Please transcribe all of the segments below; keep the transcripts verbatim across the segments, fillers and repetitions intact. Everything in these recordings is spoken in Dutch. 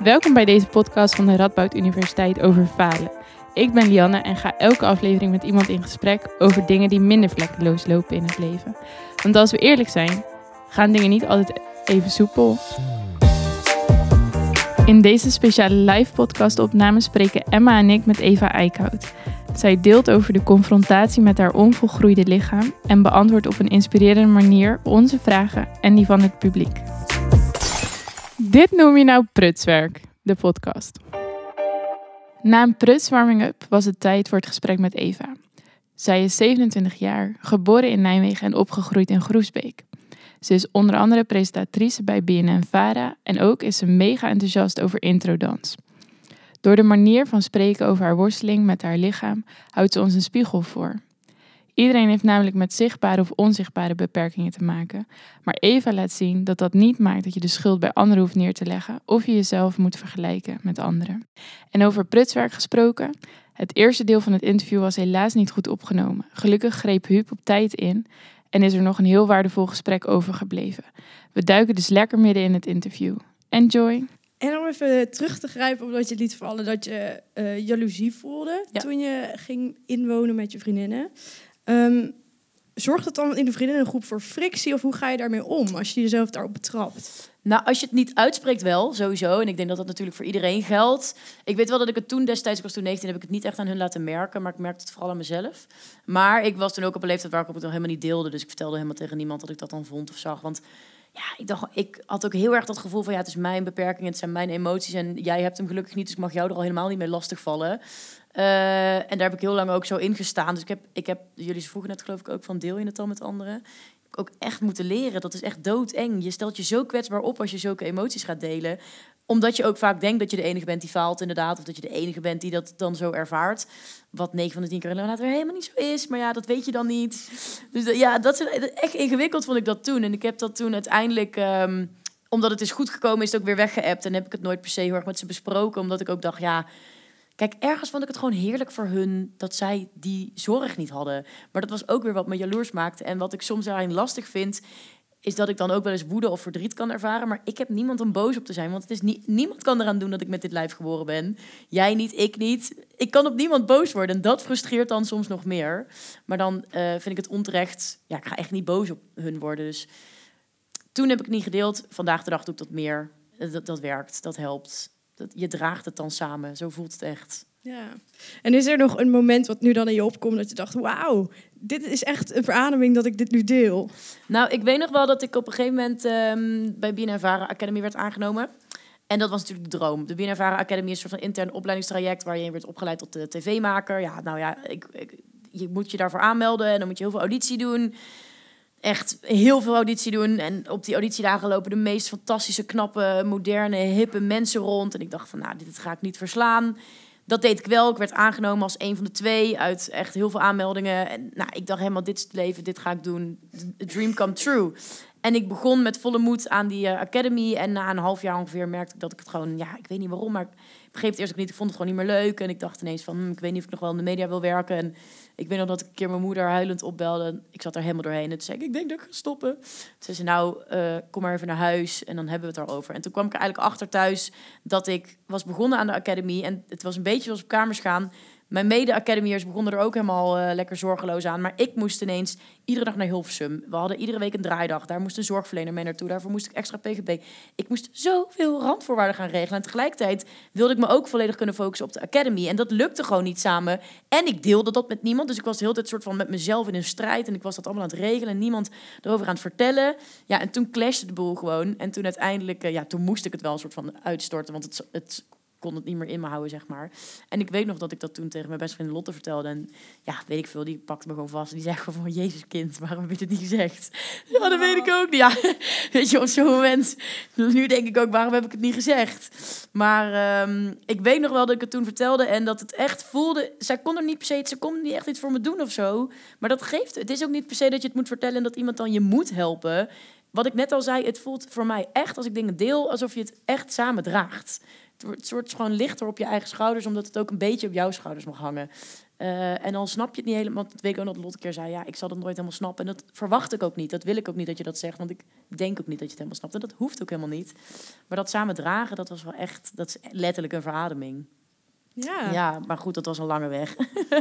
Welkom bij deze podcast van de Radboud Universiteit over falen. Ik ben Lianne en ga elke aflevering met iemand in gesprek over dingen die minder vlekkeloos lopen in het leven. Want als we eerlijk zijn, gaan dingen niet altijd even soepel. In deze speciale live podcast opname spreken Emma en ik met Eva Eickhout. Zij deelt over de confrontatie met haar onvolgroeide lichaam en beantwoordt op een inspirerende manier onze vragen en die van het publiek. Dit noem je nou prutswerk, de podcast. Na een pruts warming-up was het tijd voor het gesprek met Eva. Zij is zevenentwintig jaar, geboren in Nijmegen en opgegroeid in Groesbeek. Ze is onder andere presentatrice bij B N N-Vara en ook is ze mega enthousiast over introdans. Door de manier van spreken over haar worsteling met haar lichaam houdt ze ons een spiegel voor. Iedereen heeft namelijk met zichtbare of onzichtbare beperkingen te maken. Maar Eva laat zien dat dat niet maakt dat je de schuld bij anderen hoeft neer te leggen of je jezelf moet vergelijken met anderen. En over prutswerk gesproken, het eerste deel van het interview was helaas niet goed opgenomen. Gelukkig greep Huub op tijd in en is er nog een heel waardevol gesprek overgebleven. We duiken dus lekker midden in het interview. Enjoy! En om even terug te grijpen, omdat je liet vallen dat je uh, jaloezie voelde ja. toen je ging inwonen met je vriendinnen. Um, zorgt het dan in de vriendinnengroep voor frictie of hoe ga je daarmee om als je jezelf daarop betrapt? Nou, als je het niet uitspreekt wel, sowieso. En ik denk dat dat natuurlijk voor iedereen geldt. Ik weet wel dat ik het toen destijds, ik was toen negentien, heb ik het niet echt aan hun laten merken. Maar ik merkte het vooral aan mezelf. Maar ik was toen ook op een leeftijd waar ik het nog helemaal niet deelde. Dus ik vertelde helemaal tegen niemand dat ik dat dan vond of zag. Want ja, ik dacht, ik had ook heel erg dat gevoel van ja, het is mijn beperking, het zijn mijn emoties. En jij hebt hem gelukkig niet, dus ik mag jou er al helemaal niet mee lastigvallen. Uh, en daar heb ik heel lang ook zo in gestaan. Dus ik heb, ik heb, jullie vroegen net geloof ik ook van deel je het dan met anderen. Ook echt moeten leren. Dat is echt doodeng. Je stelt je zo kwetsbaar op als je zulke emoties gaat delen. Omdat je ook vaak denkt dat je de enige bent die faalt inderdaad. Of dat je de enige bent die dat dan zo ervaart. Wat negen van de tien keer inderdaad weer helemaal niet zo is. Maar ja, dat weet je dan niet. Dus ja, dat is echt ingewikkeld vond ik dat toen. En ik heb dat toen uiteindelijk, um, omdat het is goed gekomen, is het ook weer weggeëpt. En heb ik het nooit per se heel erg met ze besproken. Omdat ik ook dacht, ja, kijk, ergens vond ik het gewoon heerlijk voor hun dat zij die zorg niet hadden. Maar dat was ook weer wat me jaloers maakte. En wat ik soms daarin lastig vind, is dat ik dan ook wel eens woede of verdriet kan ervaren. Maar ik heb niemand om boos op te zijn. Want het is niet, niemand kan eraan doen dat ik met dit lijf geboren ben. Jij niet, ik niet. Ik kan op niemand boos worden. En dat frustreert dan soms nog meer. Maar dan uh, vind ik het onterecht. Ja, ik ga echt niet boos op hun worden. Dus toen heb ik het niet gedeeld. Vandaag de dag doe ik dat meer. Dat, dat werkt, dat helpt. Dat, je draagt het dan samen. Zo voelt het echt. Ja. En is er nog een moment wat nu dan in je opkomt dat je dacht, wauw, dit is echt een verademing dat ik dit nu deel? Nou, ik weet nog wel dat ik op een gegeven moment um, bij B N N-Vara Academy werd aangenomen. En dat was natuurlijk de droom. De B N N-Vara Academy is een soort van intern opleidingstraject waar je werd opgeleid tot de tv-maker. Ja, nou ja, ik, ik, je moet je daarvoor aanmelden en dan moet je heel veel auditie doen. Echt heel veel auditie doen. En op die auditiedagen lopen de meest fantastische, knappe, moderne, hippe mensen rond. En ik dacht van, nou, dit ga ik niet verslaan. Dat deed ik wel. Ik werd aangenomen als een van de twee uit echt heel veel aanmeldingen. En nou, ik dacht helemaal, dit is het leven, dit ga ik doen. The dream come true. En ik begon met volle moed aan die uh, academy. En na een half jaar ongeveer merkte ik dat ik het gewoon, ja, ik weet niet waarom, maar ik begreep het eerst ook niet. Ik vond het gewoon niet meer leuk. En ik dacht ineens van, hm, ik weet niet of ik nog wel in de media wil werken. En ik weet nog dat ik een keer mijn moeder huilend opbelde. Ik zat er helemaal doorheen. En toen zei ik, ik denk dat ik ga stoppen. Toen zei ze, nou, uh, kom maar even naar huis. En dan hebben we het erover. En toen kwam ik er eigenlijk achter thuis dat ik was begonnen aan de academy. En het was een beetje zoals op kamers gaan. Mijn mede-academiërs begonnen er ook helemaal uh, lekker zorgeloos aan. Maar ik moest ineens iedere dag naar Hilversum. We hadden iedere week een draaidag. Daar moest een zorgverlener mee naartoe. Daarvoor moest ik extra P G B. Ik moest zoveel randvoorwaarden gaan regelen. En tegelijkertijd wilde ik me ook volledig kunnen focussen op de academy. En dat lukte gewoon niet samen. En ik deelde dat met niemand. Dus ik was de hele tijd soort van met mezelf in een strijd. En ik was dat allemaal aan het regelen. En niemand erover aan het vertellen. Ja, en toen clashte de boel gewoon. En toen uiteindelijk, uh, ja, toen moest ik het wel een soort van uitstorten. Want het... het kon het niet meer in me houden, zeg maar. En ik weet nog dat ik dat toen tegen mijn beste vriendin Lotte vertelde. En ja, weet ik veel, die pakte me gewoon vast. En die zei gewoon van, Jezus kind, waarom heb je het niet gezegd? Ja, dat weet ik ook niet. Ja, weet je, op zo'n moment. Nu denk ik ook, waarom heb ik het niet gezegd? Maar um, ik weet nog wel dat ik het toen vertelde. En dat het echt voelde, zij kon er niet per se, ze kon niet echt iets voor me doen of zo. Maar dat geeft, het is ook niet per se dat je het moet vertellen en dat iemand dan je moet helpen. Wat ik net al zei, het voelt voor mij echt, als ik dingen deel, alsof je het echt samen draagt. Het wordt gewoon lichter op je eigen schouders, omdat het ook een beetje op jouw schouders mag hangen. Uh, en dan snap je het niet helemaal. Dat weet ik ook nog dat Lotte een keer zei... ja, ik zal het nooit helemaal snappen. En dat verwacht ik ook niet. Dat wil ik ook niet dat je dat zegt. Want ik denk ook niet dat je het helemaal snapt. En dat hoeft ook helemaal niet. Maar dat samen dragen, dat was wel echt... dat is letterlijk een verademing. Ja. Ja, maar goed, dat was een lange weg.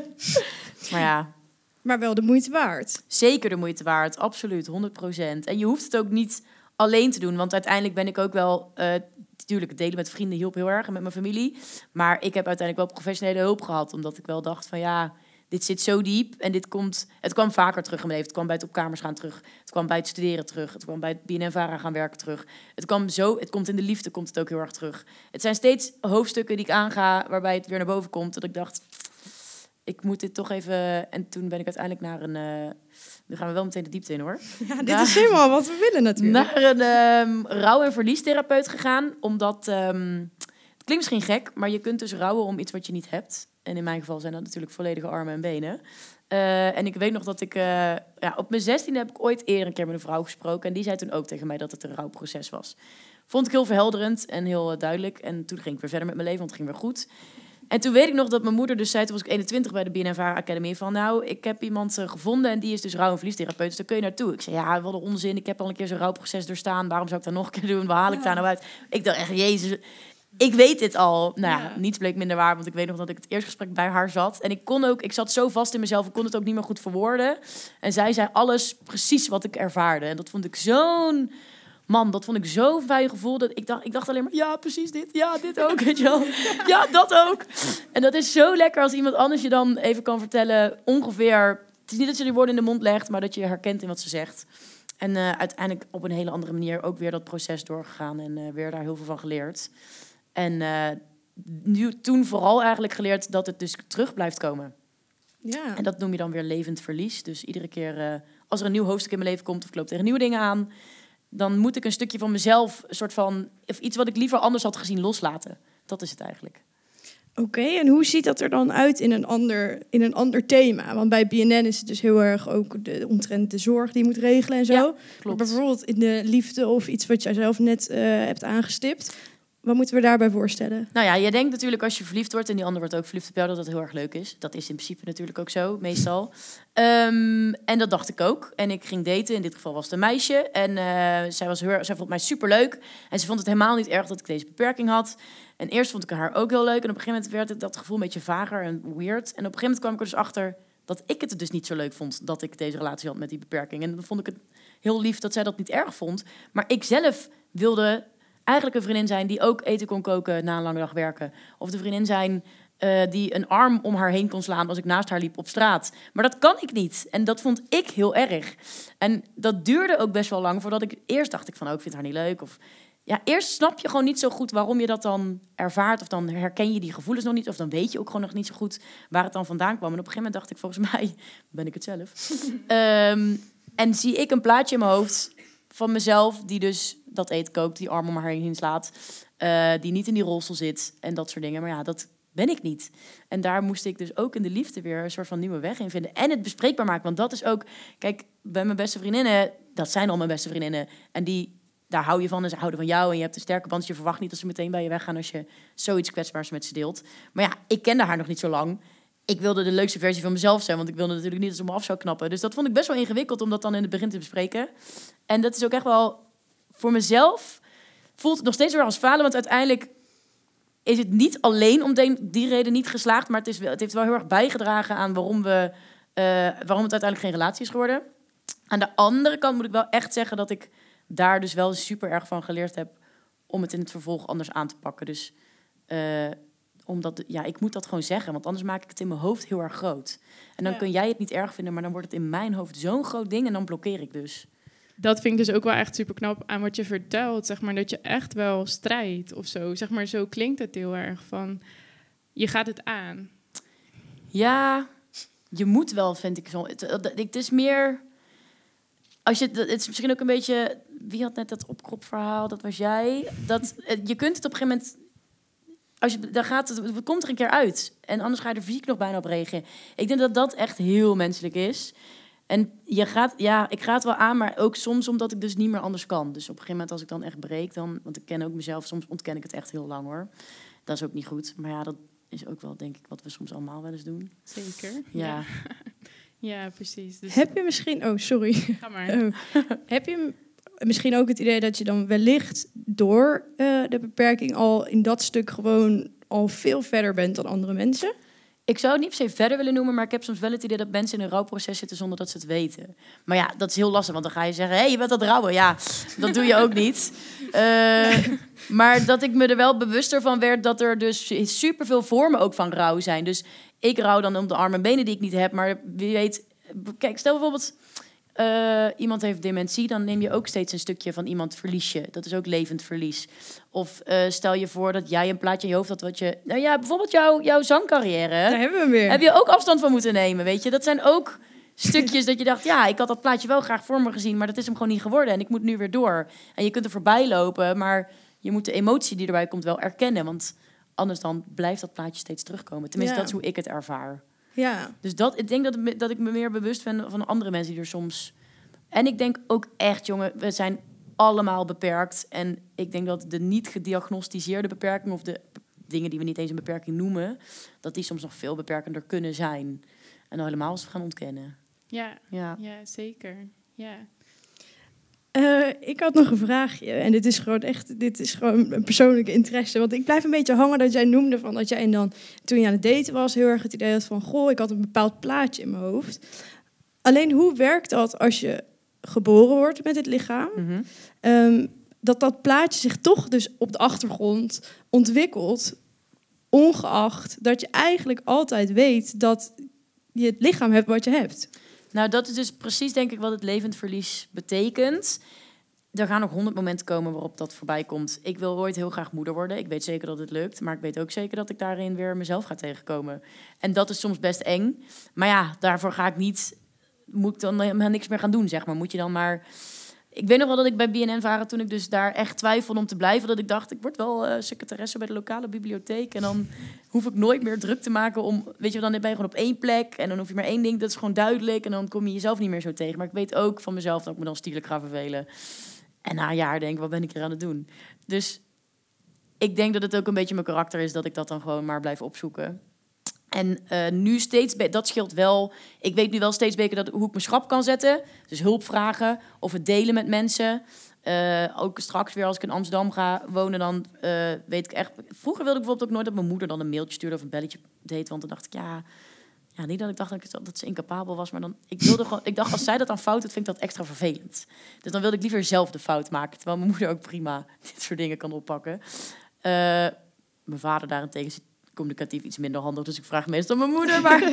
Maar ja... Maar wel de moeite waard. Zeker de moeite waard, absoluut, honderd procent. En je hoeft het ook niet alleen te doen, want uiteindelijk ben ik ook wel... Uh, natuurlijk, het delen met vrienden hielp heel erg en met mijn familie. Maar ik heb uiteindelijk wel professionele hulp gehad, omdat ik wel dacht van ja, dit zit zo diep en dit komt... Het kwam vaker terug in mijn leven. Het kwam bij het op kamers gaan terug. Het kwam bij het studeren terug. Het kwam bij het B N N Vara gaan werken terug. Het kwam zo, het komt in de liefde, komt het ook heel erg terug. Het zijn steeds hoofdstukken die ik aanga, waarbij het weer naar boven komt. Dat ik dacht... Ik moet dit toch even... En toen ben ik uiteindelijk naar een... Uh, nu gaan we wel meteen de diepte in, hoor. Ja, dit naar, is helemaal wat we willen natuurlijk. Naar een um, rouw- en verliestherapeut gegaan. Omdat... Um, het klinkt misschien gek, maar je kunt dus rouwen om iets wat je niet hebt. En in mijn geval zijn dat natuurlijk volledige armen en benen. Uh, en ik weet nog dat ik... Uh, ja, op mijn zestiende heb ik ooit eerder een keer met een vrouw gesproken. En die zei toen ook tegen mij dat het een rouwproces was. Vond ik heel verhelderend en heel uh, duidelijk. En toen ging ik weer verder met mijn leven, want het ging weer goed. En toen weet ik nog dat mijn moeder dus zei... toen was ik eenentwintig bij de B N N Vara Academy... van nou, ik heb iemand uh, gevonden... en die is dus rouw- en verliestherapeut, dus daar kun je naartoe. Ik zei, ja, wat een onzin. Ik heb al een keer zo'n rouwproces doorstaan. Waarom zou ik dat nog een keer doen? Waar haal ik ja. daar nou uit? Ik dacht echt, jezus... Ik weet dit al. Nou ja, ja, niets bleek minder waar... want ik weet nog dat ik het eerste gesprek bij haar zat. En ik kon ook... Ik zat zo vast in mezelf... ik kon het ook niet meer goed verwoorden. En zij zei alles precies wat ik ervaarde. En dat vond ik zo'n... Man, dat vond ik zo'n fijn gevoel. Dat ik dacht, ik dacht alleen maar, ja, precies dit. Ja, dit ook, weet je wel. Ja, dat ook. En dat is zo lekker als iemand anders je dan even kan vertellen... ongeveer... Het is niet dat je die woorden in de mond legt... maar dat je je herkent in wat ze zegt. En uh, uiteindelijk op een hele andere manier... ook weer dat proces doorgegaan... en uh, weer daar heel veel van geleerd. En uh, nu, toen vooral eigenlijk geleerd... dat het dus terug blijft komen. Ja. En dat noem je dan weer levend verlies. Dus iedere keer uh, als er een nieuw hoofdstuk in mijn leven komt... of ik loop tegen nieuwe dingen aan... dan moet ik een stukje van mezelf, een soort van... of iets wat ik liever anders had gezien, loslaten. Dat is het eigenlijk. Oké, okay, en hoe ziet dat er dan uit in een, ander, in een ander thema? Want bij B N N is het dus heel erg ook de, omtrent de zorg die je moet regelen en zo. Ja, klopt. Maar bijvoorbeeld in de liefde of iets wat jij zelf net uh, hebt aangestipt... Wat moeten we daarbij voorstellen? Nou ja, je denkt natuurlijk als je verliefd wordt... en die ander wordt ook verliefd op jou, dat dat heel erg leuk is. Dat is in principe natuurlijk ook zo, meestal. Um, en dat dacht ik ook. En ik ging daten, in dit geval was het een meisje. En uh, zij, was heel, zij vond mij superleuk. En ze vond het helemaal niet erg dat ik deze beperking had. En eerst vond ik haar ook heel leuk. En op een gegeven moment werd het, dat gevoel een beetje vager en weird. En op een gegeven moment kwam ik er dus achter... dat ik het dus niet zo leuk vond dat ik deze relatie had met die beperking. En dan vond ik het heel lief dat zij dat niet erg vond. Maar ik zelf wilde... eigenlijk een vriendin zijn die ook eten kon koken na een lange dag werken. Of de vriendin zijn uh, die een arm om haar heen kon slaan als ik naast haar liep op straat. Maar dat kan ik niet. En dat vond ik heel erg. En dat duurde ook best wel lang voordat ik... Eerst dacht ik van, oh, ik vind haar niet leuk. Of ja, eerst snap je gewoon niet zo goed waarom je dat dan ervaart. Of dan herken je die gevoelens nog niet. Of dan weet je ook gewoon nog niet zo goed waar het dan vandaan kwam. En op een gegeven moment dacht ik, volgens mij ben ik het zelf. um, en zie ik een plaatje in mijn hoofd... van mezelf, die dus dat eten kookt, die arm om haar heen slaat, uh, die niet in die rolstoel zit en dat soort dingen. Maar ja, dat ben ik niet. En daar moest ik dus ook in de liefde weer een soort van nieuwe weg in vinden. En het bespreekbaar maken, want dat is ook... Kijk, bij mijn beste vriendinnen, dat zijn al mijn beste vriendinnen. En die, daar hou je van en ze houden van jou. En je hebt een sterke band, dus je verwacht niet dat ze meteen bij je weggaan als je zoiets kwetsbaars met ze deelt. Maar ja, ik kende haar nog niet zo lang. Ik wilde de leukste versie van mezelf zijn, want ik wilde natuurlijk niet dat ze me af zou knappen. Dus dat vond ik best wel ingewikkeld om dat dan in het begin te bespreken. En dat is ook echt wel, voor mezelf voelt het nog steeds weer als falen, want uiteindelijk is het niet alleen om die reden niet geslaagd, maar het, is wel, het heeft wel heel erg bijgedragen aan waarom, we, uh, waarom het uiteindelijk geen relatie is geworden. Aan de andere kant moet ik wel echt zeggen dat ik daar dus wel super erg van geleerd heb om het in het vervolg anders aan te pakken. Dus... Uh, Omdat, ja, ik moet dat gewoon zeggen, want anders maak ik het in mijn hoofd heel erg groot. En dan ja. kun jij het niet erg vinden, maar dan wordt het in mijn hoofd zo'n groot ding en dan blokkeer ik dus. Dat vind ik dus ook wel echt super knap aan wat je vertelt, zeg maar, dat je echt wel strijdt of zo. Zeg maar, zo klinkt het heel erg van, je gaat het aan. Ja, je moet wel, vind ik zo. Het, het is meer, als je, het is misschien ook een beetje, wie had net dat opkropverhaal, dat was jij. Dat, je kunt het op een gegeven moment... Als je, dan gaat het, het komt er een keer uit. En anders ga je er fysiek nog bijna op reageren. Ik denk dat dat echt heel menselijk is. En je gaat, ja, ik ga het wel aan, maar ook soms omdat ik dus niet meer anders kan. Dus op een gegeven moment als ik dan echt breek, dan, want ik ken ook mezelf, soms ontken ik het echt heel lang hoor. Dat is ook niet goed. Maar ja, dat, is ook wel, denk ik, wat we soms allemaal wel eens doen. Zeker. Ja. Ja, ja precies. Dus... Heb je misschien... Oh, sorry. Ga maar. Uh, heb je misschien ook het idee dat je dan wellicht door uh, de beperking al in dat stuk gewoon al veel verder bent dan andere mensen? Ik zou het niet per se verder willen noemen, maar ik heb soms wel het idee dat mensen in een rouwproces zitten zonder dat ze het weten. Maar ja, dat is heel lastig, want dan ga je zeggen, hé, hey, je bent aan het rouwen. Ja, dat doe je ook niet. Uh, maar dat ik me er wel bewuster van werd dat er dus superveel vormen ook van rouw zijn. Dus ik rouw dan om de armen en benen die ik niet heb, maar wie weet... Kijk, stel bijvoorbeeld... Uh, iemand heeft dementie, dan neem je ook steeds een stukje van iemand verlies je. Dat is ook levend verlies. Of uh, stel je voor dat jij een plaatje in je hoofd had wat je... Nou ja, bijvoorbeeld jouw, jouw zangcarrière. Daar hebben we hem weer. Heb je ook afstand van moeten nemen, weet je. Dat zijn ook stukjes dat je dacht... Ja, ik had dat plaatje wel graag voor me gezien, maar dat is hem gewoon niet geworden. En ik moet nu weer door. En je kunt er voorbij lopen, maar je moet de emotie die erbij komt wel erkennen. Want anders dan blijft dat plaatje steeds terugkomen. Tenminste, ja. Dat is hoe ik het ervaar. Ja. Dus dat, ik denk dat, het, dat ik me meer bewust ben van andere mensen die er soms... En ik denk ook echt, jongen, we zijn allemaal beperkt. En ik denk dat de niet gediagnosticeerde beperking... of de dingen die we niet eens een beperking noemen... dat die soms nog veel beperkender kunnen zijn. En dan helemaal als we gaan ontkennen. Ja, ja. ja zeker. Ja. Uh, ik had nog een vraagje. En dit is gewoon echt dit is gewoon een persoonlijke interesse. Want ik blijf een beetje hangen dat jij noemde... van dat jij dan, toen je aan het daten was... heel erg het idee had van... goh, ik had een bepaald plaatje in mijn hoofd. Alleen hoe werkt dat als je geboren wordt met het lichaam? Mm-hmm. Um, dat dat plaatje zich toch dus op de achtergrond ontwikkelt... ongeacht dat je eigenlijk altijd weet... dat je het lichaam hebt wat je hebt. Nou, dat is dus precies, denk ik, wat het levend verlies betekent. Er gaan nog honderd momenten komen waarop dat voorbij komt. Ik wil ooit heel graag moeder worden. Ik weet zeker dat het lukt. Maar ik weet ook zeker dat ik daarin weer mezelf ga tegenkomen. En dat is soms best eng. Maar ja, daarvoor ga ik niet... Moet ik dan helemaal niks meer gaan doen, zeg maar. Moet je dan maar... Ik weet nog wel dat ik bij B N N-varen, toen ik dus daar echt twijfelde om te blijven... dat ik dacht, ik word wel uh, secretaresse bij de lokale bibliotheek... en dan hoef ik nooit meer druk te maken om... Weet je, dan ben je gewoon op één plek en dan hoef je maar één ding... dat is gewoon duidelijk en dan kom je jezelf niet meer zo tegen. Maar ik weet ook van mezelf dat ik me dan stierlijk ga vervelen. En na een jaar denk ik, wat ben ik hier aan het doen? Dus ik denk dat het ook een beetje mijn karakter is... dat ik dat dan gewoon maar blijf opzoeken... En uh, nu steeds, be- dat scheelt wel. Ik weet nu wel steeds beter dat, hoe ik mijn schrap kan zetten. Dus hulp vragen of het delen met mensen. Uh, ook straks weer als ik in Amsterdam ga wonen, dan uh, weet ik echt... Vroeger wilde ik bijvoorbeeld ook nooit dat mijn moeder dan een mailtje stuurde of een belletje deed. Want dan dacht ik, ja... Ja, niet dat ik dacht dat, ik, dat ze incapabel was, maar dan... Ik, wilde gewoon, ik dacht, als zij dat dan fout doet, vind ik dat extra vervelend. Dus dan wilde ik liever zelf de fout maken. Terwijl mijn moeder ook prima dit soort dingen kan oppakken. Uh, mijn vader daarentegen zit communicatief iets minder handig, dus ik vraag meestal mijn moeder. Maar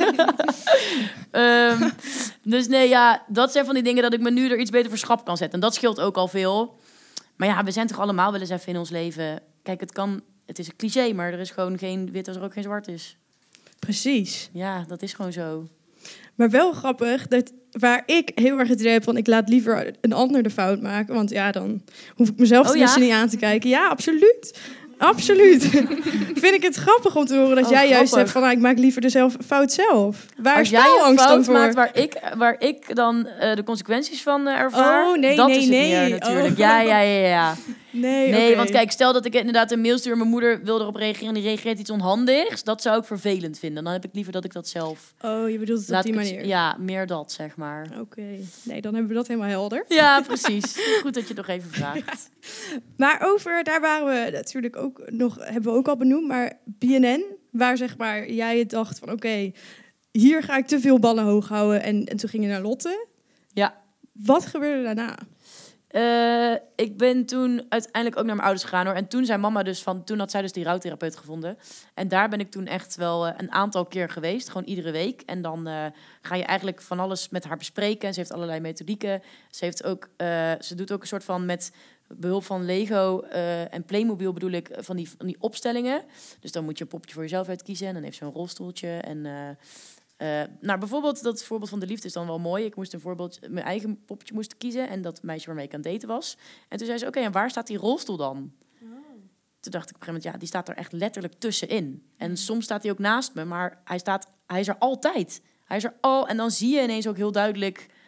um, dus nee, ja, dat zijn van die dingen dat ik me nu er iets beter voor schrap kan zetten. En dat scheelt ook al veel. Maar ja, we zijn toch allemaal wel eens even in ons leven... Kijk, het kan... Het is een cliché, maar er is gewoon geen wit als er ook geen zwart is. Precies. Ja, dat is gewoon zo. Maar wel grappig, dat waar ik heel erg het idee heb van... ik laat liever een ander de fout maken. Want ja, dan hoef ik mezelf oh, tenminste ja? niet aan te kijken. Ja, absoluut. Absoluut. Vind ik het grappig om te horen dat oh, jij grappig. juist hebt van... Nou, ik maak liever de zelf, fout zelf. Waar Als is jij een angst fout dan voor? maakt waar ik, waar ik dan uh, de consequenties van uh, ervaar... Oh, nee, dat nee, is het nee. meer natuurlijk. Oh. Ja, ja, ja, ja. Nee, nee okay. want kijk, stel dat ik inderdaad een mail stuur... mijn moeder wil erop reageren en die reageert iets onhandigs... dat zou ik vervelend vinden. Dan heb ik liever dat ik dat zelf... Oh, je bedoelt het Laat op die ik manier? Het, ja, meer dat, zeg maar. Oké. Okay. Nee, dan hebben we dat helemaal helder. Ja, precies. Goed dat je het nog even vraagt. Maar over, daar waren we natuurlijk ook nog... hebben we ook al benoemd, maar B N N... waar zeg maar jij het dacht van... oké, okay, hier ga ik te veel ballen hoog houden... En, en toen ging je naar Lotte. Ja. Wat gebeurde daarna? Uh, ik ben toen uiteindelijk ook naar mijn ouders gegaan hoor. En toen zei mama dus van, toen had zij dus die rouwtherapeut gevonden. En daar ben ik toen echt wel uh, een aantal keer geweest, gewoon iedere week. En dan uh, ga je eigenlijk van alles met haar bespreken. Ze heeft allerlei methodieken. Ze heeft ook, uh, ze doet ook een soort van met behulp van Lego uh, en Playmobil bedoel ik van die, van die opstellingen. Dus dan moet je een poppetje voor jezelf uitkiezen en dan heeft ze een rolstoeltje en uh, Uh, nou, bijvoorbeeld, dat voorbeeld van de liefde is dan wel mooi. Ik moest een voorbeeld, mijn eigen poppetje moest kiezen... en dat meisje waarmee ik aan het daten was. En toen zei ze, oké, okay, en waar staat die rolstoel dan? Oh. Toen dacht ik op een gegeven moment, ja, die staat er echt letterlijk tussenin. En soms staat hij ook naast me, maar hij, staat, hij is er altijd. Hij is er al, en dan zie je ineens ook heel duidelijk...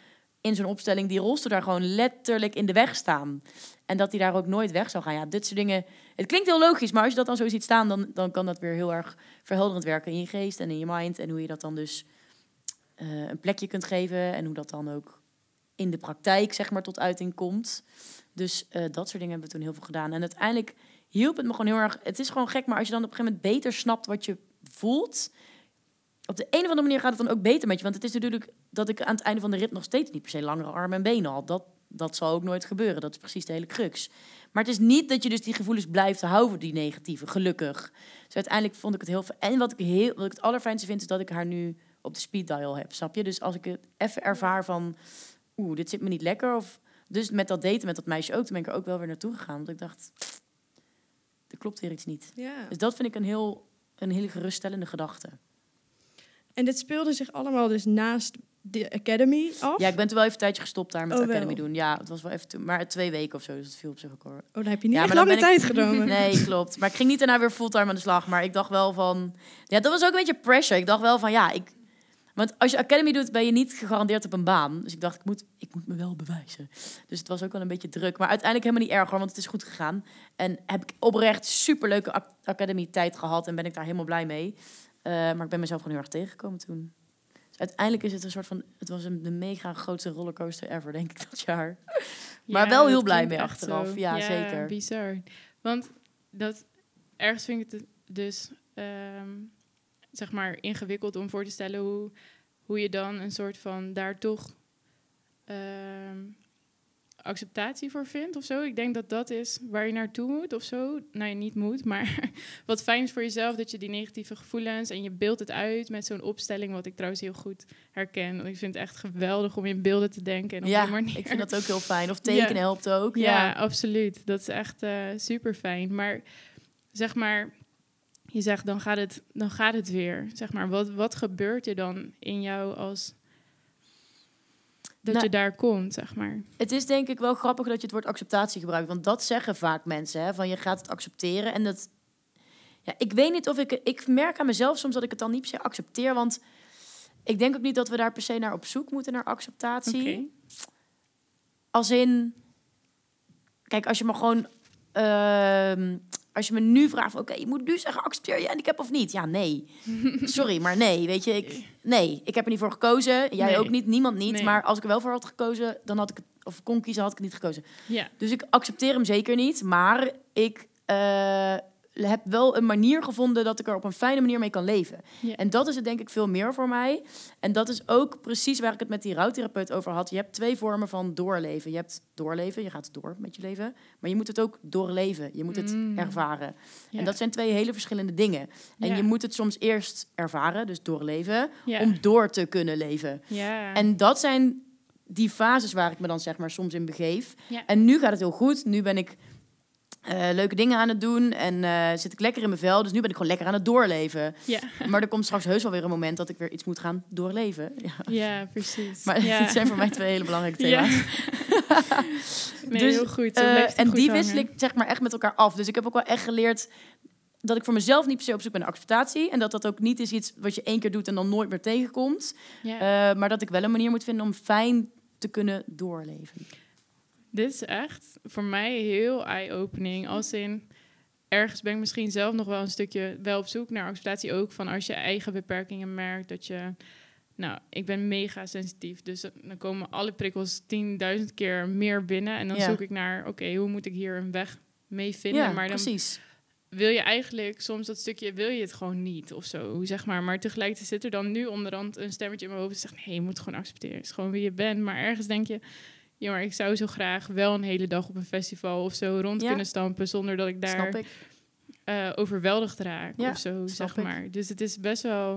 in zo'n opstelling die rolstoel daar gewoon letterlijk in de weg staan. En dat die daar ook nooit weg zou gaan. Ja, dit soort dingen. Het klinkt heel logisch, maar als je dat dan zo ziet staan, dan, dan kan dat weer heel erg verhelderend werken in je geest en in je mind. En hoe je dat dan dus uh, een plekje kunt geven. En hoe dat dan ook in de praktijk, zeg maar, tot uiting komt. Dus uh, dat soort dingen hebben we toen heel veel gedaan. En uiteindelijk hielp het me gewoon heel erg. Het is gewoon gek, maar als je dan op een gegeven moment beter snapt wat je voelt, op de een of andere manier gaat het dan ook beter met je. Want het is natuurlijk dat ik aan het einde van de rit nog steeds niet per se langere armen en benen had. Dat, dat zal ook nooit gebeuren. Dat is precies de hele crux. Maar het is niet dat je dus die gevoelens blijft houden, die negatieve, gelukkig. Dus uiteindelijk vond ik het heel fijn. En wat ik, heel, wat ik het allerfijnste vind, is dat ik haar nu op de speed dial heb, snap je? Dus als ik het even ervaar van, oeh, dit zit me niet lekker. Of, dus met dat daten met dat meisje ook, toen ben ik er ook wel weer naartoe gegaan. Want ik dacht, er klopt weer iets niet. Ja. Dus dat vind ik een heel, een hele geruststellende gedachte. En dit speelde zich allemaal dus naast de Academy af? Ja, ik ben toen wel even een tijdje gestopt daar met oh, de Academy wel. doen. Ja, het was wel even, to- maar twee weken of zo, dus het viel op zich ook hoor. Oh, dan heb je niet ja, echt maar dan lange ben tijd ik... genomen. Nee, klopt. Maar ik ging niet daarna weer fulltime aan de slag. Maar ik dacht wel van... Ja, dat was ook een beetje pressure. Ik dacht wel van, ja, ik... Want als je Academy doet, ben je niet gegarandeerd op een baan. Dus ik dacht, ik moet, ik moet me wel bewijzen. Dus het was ook wel een beetje druk. Maar uiteindelijk helemaal niet erg hoor, want het is goed gegaan. En heb ik oprecht superleuke ac- Academy-tijd gehad. En ben ik daar helemaal blij mee. Uh, maar ik ben mezelf gewoon heel erg tegengekomen toen. Dus uiteindelijk is het een soort van... Het was een de mega grootste rollercoaster ever, denk ik, dat jaar. Maar Ja, wel heel dat blij klinkt mee echt achteraf. zo. Ja, ja, zeker. Bizar. Want dat, ergens vind ik het dus... Um, zeg maar ingewikkeld om voor te stellen hoe, hoe je dan een soort van daar toch um, acceptatie voor vindt of zo. Ik denk dat dat is waar je naartoe moet of zo. Nou, je niet moet, maar wat fijn is voor jezelf dat je die negatieve gevoelens en je beeldt het uit met zo'n opstelling, wat ik trouwens heel goed herken. Want ik vind het echt geweldig om in beelden te denken. En op ja, die manier. Ik vind dat ook heel fijn. Of tekenen ja. helpt ook. Ja, ja, absoluut. Dat is echt uh, super fijn. Maar zeg maar... Je zegt, dan gaat het, dan gaat het weer. Zeg maar, wat, wat gebeurt er dan in jou als dat nou, je daar komt, zeg maar? Het is denk ik wel grappig dat je het woord acceptatie gebruikt. Want dat zeggen vaak mensen, hè, van je gaat het accepteren. En dat, ja, ik weet niet of ik... Ik merk aan mezelf soms dat ik het dan niet per se accepteer. Want ik denk ook niet dat we daar per se naar op zoek moeten, naar acceptatie. Okay. Als in... Kijk, als je maar gewoon... Uh, Als je me nu vraagt, oké, okay, je moet nu zeggen, accepteer je handicap of niet? Ja, nee. Sorry, maar nee, weet je, ik, nee, ik heb er niet voor gekozen. Jij nee. ook niet, niemand niet. Nee. Maar als ik er wel voor had gekozen, dan had ik het, of kon kiezen, had ik het niet gekozen. Ja. Dus ik accepteer hem zeker niet, maar ik uh, heb wel een manier gevonden dat ik er op een fijne manier mee kan leven. Ja. En dat is het denk ik veel meer voor mij. En dat is ook precies waar ik het met die rouwtherapeut over had. Je hebt twee vormen van doorleven. Je hebt doorleven, je gaat door met je leven. Maar je moet het ook doorleven. Je moet het mm. ervaren. Ja. En dat zijn twee hele verschillende dingen. En ja. je moet het soms eerst ervaren, dus doorleven, ja. om door te kunnen leven. Ja. En dat zijn die fases waar ik me dan zeg maar soms in begeef. Ja. En nu gaat het heel goed. Nu ben ik Uh, leuke dingen aan het doen en uh, zit ik lekker in mijn vel. Dus nu ben ik gewoon lekker aan het doorleven. Ja. Maar er komt straks heus wel weer een moment dat ik weer iets moet gaan doorleven. Ja, ja precies. Maar ja. het zijn voor mij twee hele belangrijke thema's. Ja. Nee, dus, heel goed. Zo uh, en goed die hangen. wissel ik zeg maar echt met elkaar af. Dus ik heb ook wel echt geleerd dat ik voor mezelf niet per se op zoek ben naar acceptatie. En dat dat ook niet is iets wat je één keer doet en dan nooit meer tegenkomt. Ja. Uh, maar dat ik wel een manier moet vinden om fijn te kunnen doorleven. Dit is echt voor mij heel eye-opening. Als in, ergens ben ik misschien zelf nog wel een stukje wel op zoek naar acceptatie ook. Van als je eigen beperkingen merkt dat je... Nou, ik ben mega sensitief. Dus dan komen alle prikkels tienduizend keer meer binnen. En dan ja. zoek ik naar, oké, okay, hoe moet ik hier een weg mee vinden? Ja, maar dan precies. wil je eigenlijk soms dat stukje, wil je het gewoon niet of zo, zeg maar. Maar tegelijkertijd zit er dan nu onderhand een stemmetje in mijn hoofd dat zegt, nee, je moet gewoon accepteren. Het is gewoon wie je bent. Maar ergens denk je... Ja, maar ik zou zo graag wel een hele dag op een festival of zo rond ja. kunnen stampen zonder dat ik daar ik. Uh, overweldigd raak ja, of zo, zeg ik. maar. Dus het is best wel...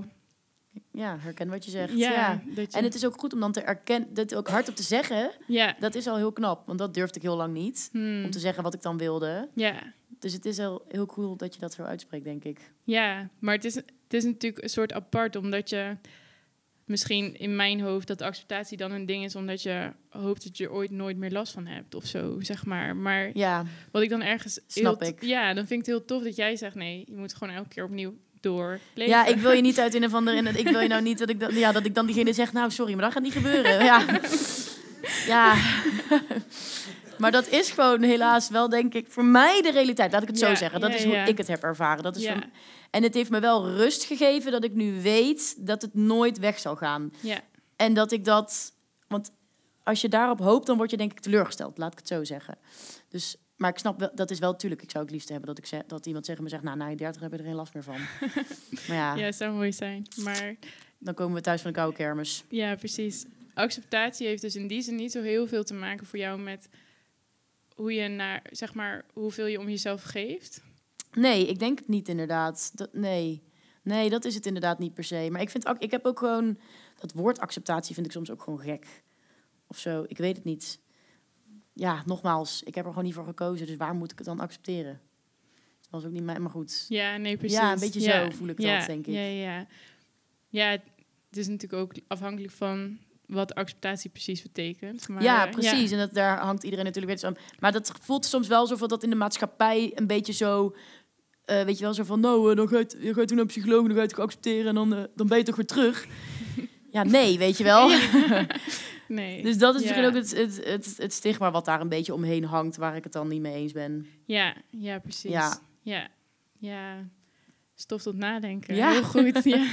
Ja, herken wat je zegt. Ja, ja. Dat je... En het is ook goed om dan te erkennen, dat ook hardop te zeggen. Ja. Dat is al heel knap, want dat durfde ik heel lang niet. Hmm. Om te zeggen wat ik dan wilde. Ja. Dus het is al heel cool dat je dat zo uitspreekt, denk ik. Ja, maar het is, het is natuurlijk een soort apart, omdat je... Misschien in mijn hoofd dat acceptatie dan een ding is... omdat je hoopt dat je er ooit nooit meer last van hebt of zo, zeg maar. Maar ja. wat ik dan ergens... Snap heel, ik. Ja, dan vind ik het heel tof dat jij zegt... nee, je moet gewoon elke keer opnieuw doorleven. Ja, ik wil je niet uit in een van de... Ik wil je nou niet dat ik dan, ja, dat ik dan diegene zeg... nou, sorry, maar dat gaat niet gebeuren. Ja. Ja, maar dat is gewoon helaas wel, denk ik, voor mij de realiteit. Laat ik het ja, zo zeggen. Dat ja, is hoe ja. ik het heb ervaren. Dat is Ja. voor... En het heeft me wel rust gegeven dat ik nu weet dat het nooit weg zal gaan. Ja. En dat ik dat... Want als je daarop hoopt, dan word je denk ik teleurgesteld. Laat ik het zo zeggen. Dus, maar ik snap wel, dat is wel natuurlijk. Ik zou het liefst hebben dat, ik zeg, dat iemand tegen me zegt... Nou, na je dertig heb je er geen last meer van. Maar ja, Ja, zou mooi zijn. Maar dan komen we thuis van de koude kermis. ja, precies. Acceptatie heeft dus in die zin niet zo heel veel te maken voor jou met hoe je naar, zeg maar, hoeveel je om jezelf geeft. Nee, ik denk het niet inderdaad. Dat, nee. nee, dat is het inderdaad niet per se. Maar ik vind ook, ik heb ook gewoon... Dat woord acceptatie vind ik soms ook gewoon gek. Of zo, ik weet het niet. Ja, nogmaals, ik heb er gewoon niet voor gekozen. Dus waar moet ik het dan accepteren? Dat was ook niet mijn, maar goed. Ja, nee, precies. Ja, een beetje ja. zo voel ik ja, dat, denk ik. Ja, ja. Ja, het is natuurlijk ook afhankelijk van wat acceptatie precies betekent. Maar, ja, uh, precies. Ja. En dat, daar hangt iedereen natuurlijk weer aan. Maar dat voelt soms wel zo van dat in de maatschappij een beetje zo... Uh, weet je wel, zo van, nou, uh, dan ga je, t- je gaat toen naar een psycholoog... en dan ga je het accepteren en dan, uh, dan ben je toch weer terug. Ja, nee, weet je wel. Nee. Dus dat is ja. misschien ook het, het, het, het stigma wat daar een beetje omheen hangt... waar ik het dan niet mee eens ben. Ja, ja, precies. Ja. Ja, ja. Stof tot nadenken. Ja. Heel goed, ja.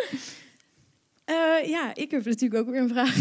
Uh, ja, ik heb natuurlijk ook weer een vraag.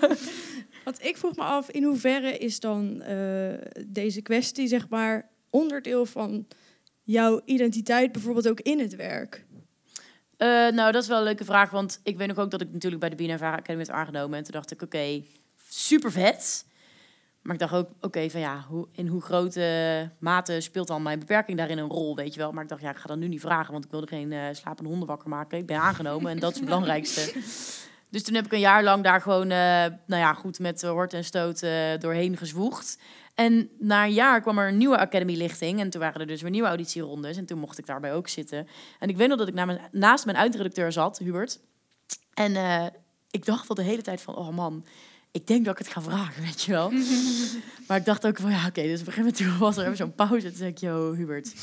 Want ik vroeg me af, in hoeverre is dan uh, deze kwestie, zeg maar, onderdeel van jouw identiteit, bijvoorbeeld ook in het werk? Uh, nou, dat is wel een leuke vraag, want ik weet nog ook dat ik natuurlijk bij de B N N Vara Academy werd aangenomen. En toen dacht ik, oké, okay, super vet. Maar ik dacht ook, oké, okay, van ja, hoe, in hoe grote mate speelt dan mijn beperking daarin een rol, weet je wel. Maar ik dacht, ja, ik ga dat nu niet vragen, want ik wilde geen uh, slapende honden wakker maken. Ik ben aangenomen en dat is het belangrijkste. Dus toen heb ik een jaar lang daar gewoon, uh, nou ja, goed met uh, hort en stoot uh, doorheen gezwoegd. En na een jaar kwam er een nieuwe academy-lichting. En toen waren er dus weer nieuwe auditierondes. En toen mocht ik daarbij ook zitten. En ik weet nog dat ik na mijn, naast mijn eindredacteur zat, Hubert. En uh, ik dacht al de hele tijd van, oh man, ik denk dat ik het ga vragen, weet je wel. Maar ik dacht ook van, ja, oké. Okay, dus op een gegeven moment was er even zo'n pauze. Toen zei ik, yo, Hubert.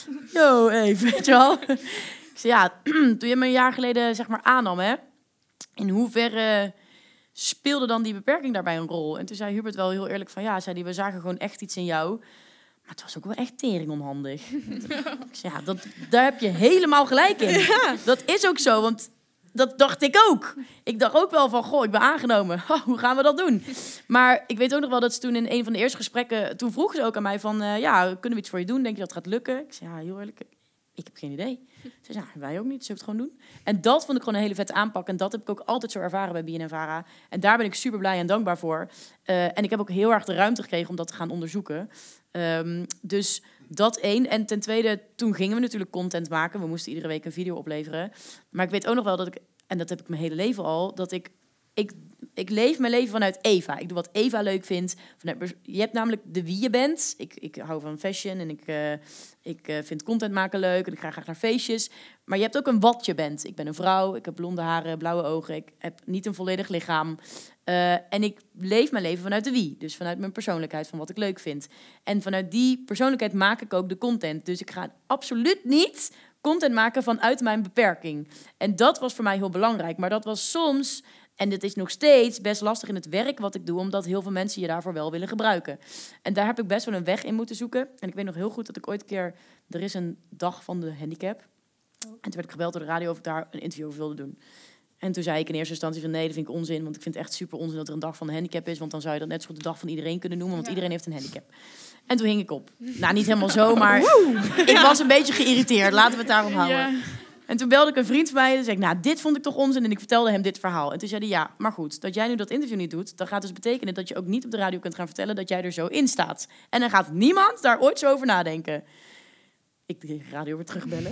Yo, even, weet je wel. Ik zei, ja, toen je me een jaar geleden, zeg maar, aannam, hè. In hoeverre speelde dan die beperking daarbij een rol? En toen zei Hubert wel heel eerlijk van, ja, zei die, we zagen gewoon echt iets in jou. Maar het was ook wel echt tering onhandig. Ik zei, ja, dat, daar heb je helemaal gelijk in. Ja. Dat is ook zo, want dat dacht ik ook. Ik dacht ook wel van, goh, ik ben aangenomen. Oh, hoe gaan we dat doen? Maar ik weet ook nog wel dat ze toen in een van de eerste gesprekken... Toen vroegen ze ook aan mij van, uh, ja, kunnen we iets voor je doen? Denk je dat het gaat lukken? Ik zei, ja, heel eerlijk, ik heb geen idee. Ze zei, ja, wij ook niet, zullen we het gewoon doen? En dat vond ik gewoon een hele vette aanpak. En dat heb ik ook altijd zo ervaren bij B N N Vara. En daar ben ik super blij en dankbaar voor. Uh, en ik heb ook heel erg de ruimte gekregen om dat te gaan onderzoeken. Um, dus dat één. En ten tweede, toen gingen we natuurlijk content maken. We moesten iedere week een video opleveren. Maar ik weet ook nog wel dat ik, en dat heb ik mijn hele leven al, dat ik... ik Ik leef mijn leven vanuit Eva. Ik doe wat Eva leuk vindt. Vanuit, je hebt namelijk de wie je bent. Ik, ik hou van fashion en ik, uh, ik uh, vind content maken leuk. En ik ga graag naar feestjes. Maar je hebt ook een wat je bent. Ik ben een vrouw, ik heb blonde haren, blauwe ogen. Ik heb niet een volledig lichaam. Uh, en ik leef mijn leven vanuit de wie. Dus vanuit mijn persoonlijkheid, van wat ik leuk vind. En vanuit die persoonlijkheid maak ik ook de content. Dus ik ga absoluut niet content maken vanuit mijn beperking. En dat was voor mij heel belangrijk. Maar dat was soms... En dit is nog steeds best lastig in het werk wat ik doe, omdat heel veel mensen je daarvoor wel willen gebruiken. En daar heb ik best wel een weg in moeten zoeken. En ik weet nog heel goed dat ik ooit een keer... Er is een dag van de handicap. En toen werd ik gebeld door de radio of ik daar een interview over wilde doen. En toen zei ik in eerste instantie van nee, dat vind ik onzin. Want ik vind het echt super onzin dat er een dag van de handicap is. Want dan zou je dat net zo goed de dag van iedereen kunnen noemen. Want ja. iedereen heeft een handicap. En toen hing ik op. Nou, niet helemaal zo, maar ik was een beetje geïrriteerd. Laten we het daarom houden. Ja. En toen belde ik een vriend van mij en zei ik, nou, dit vond ik toch onzin. En ik vertelde hem dit verhaal. En toen zei hij, ja, maar goed, dat jij nu dat interview niet doet, dat gaat dus betekenen dat je ook niet op de radio kunt gaan vertellen dat jij er zo in staat. En dan gaat niemand daar ooit zo over nadenken. Ik de radio weer terugbellen.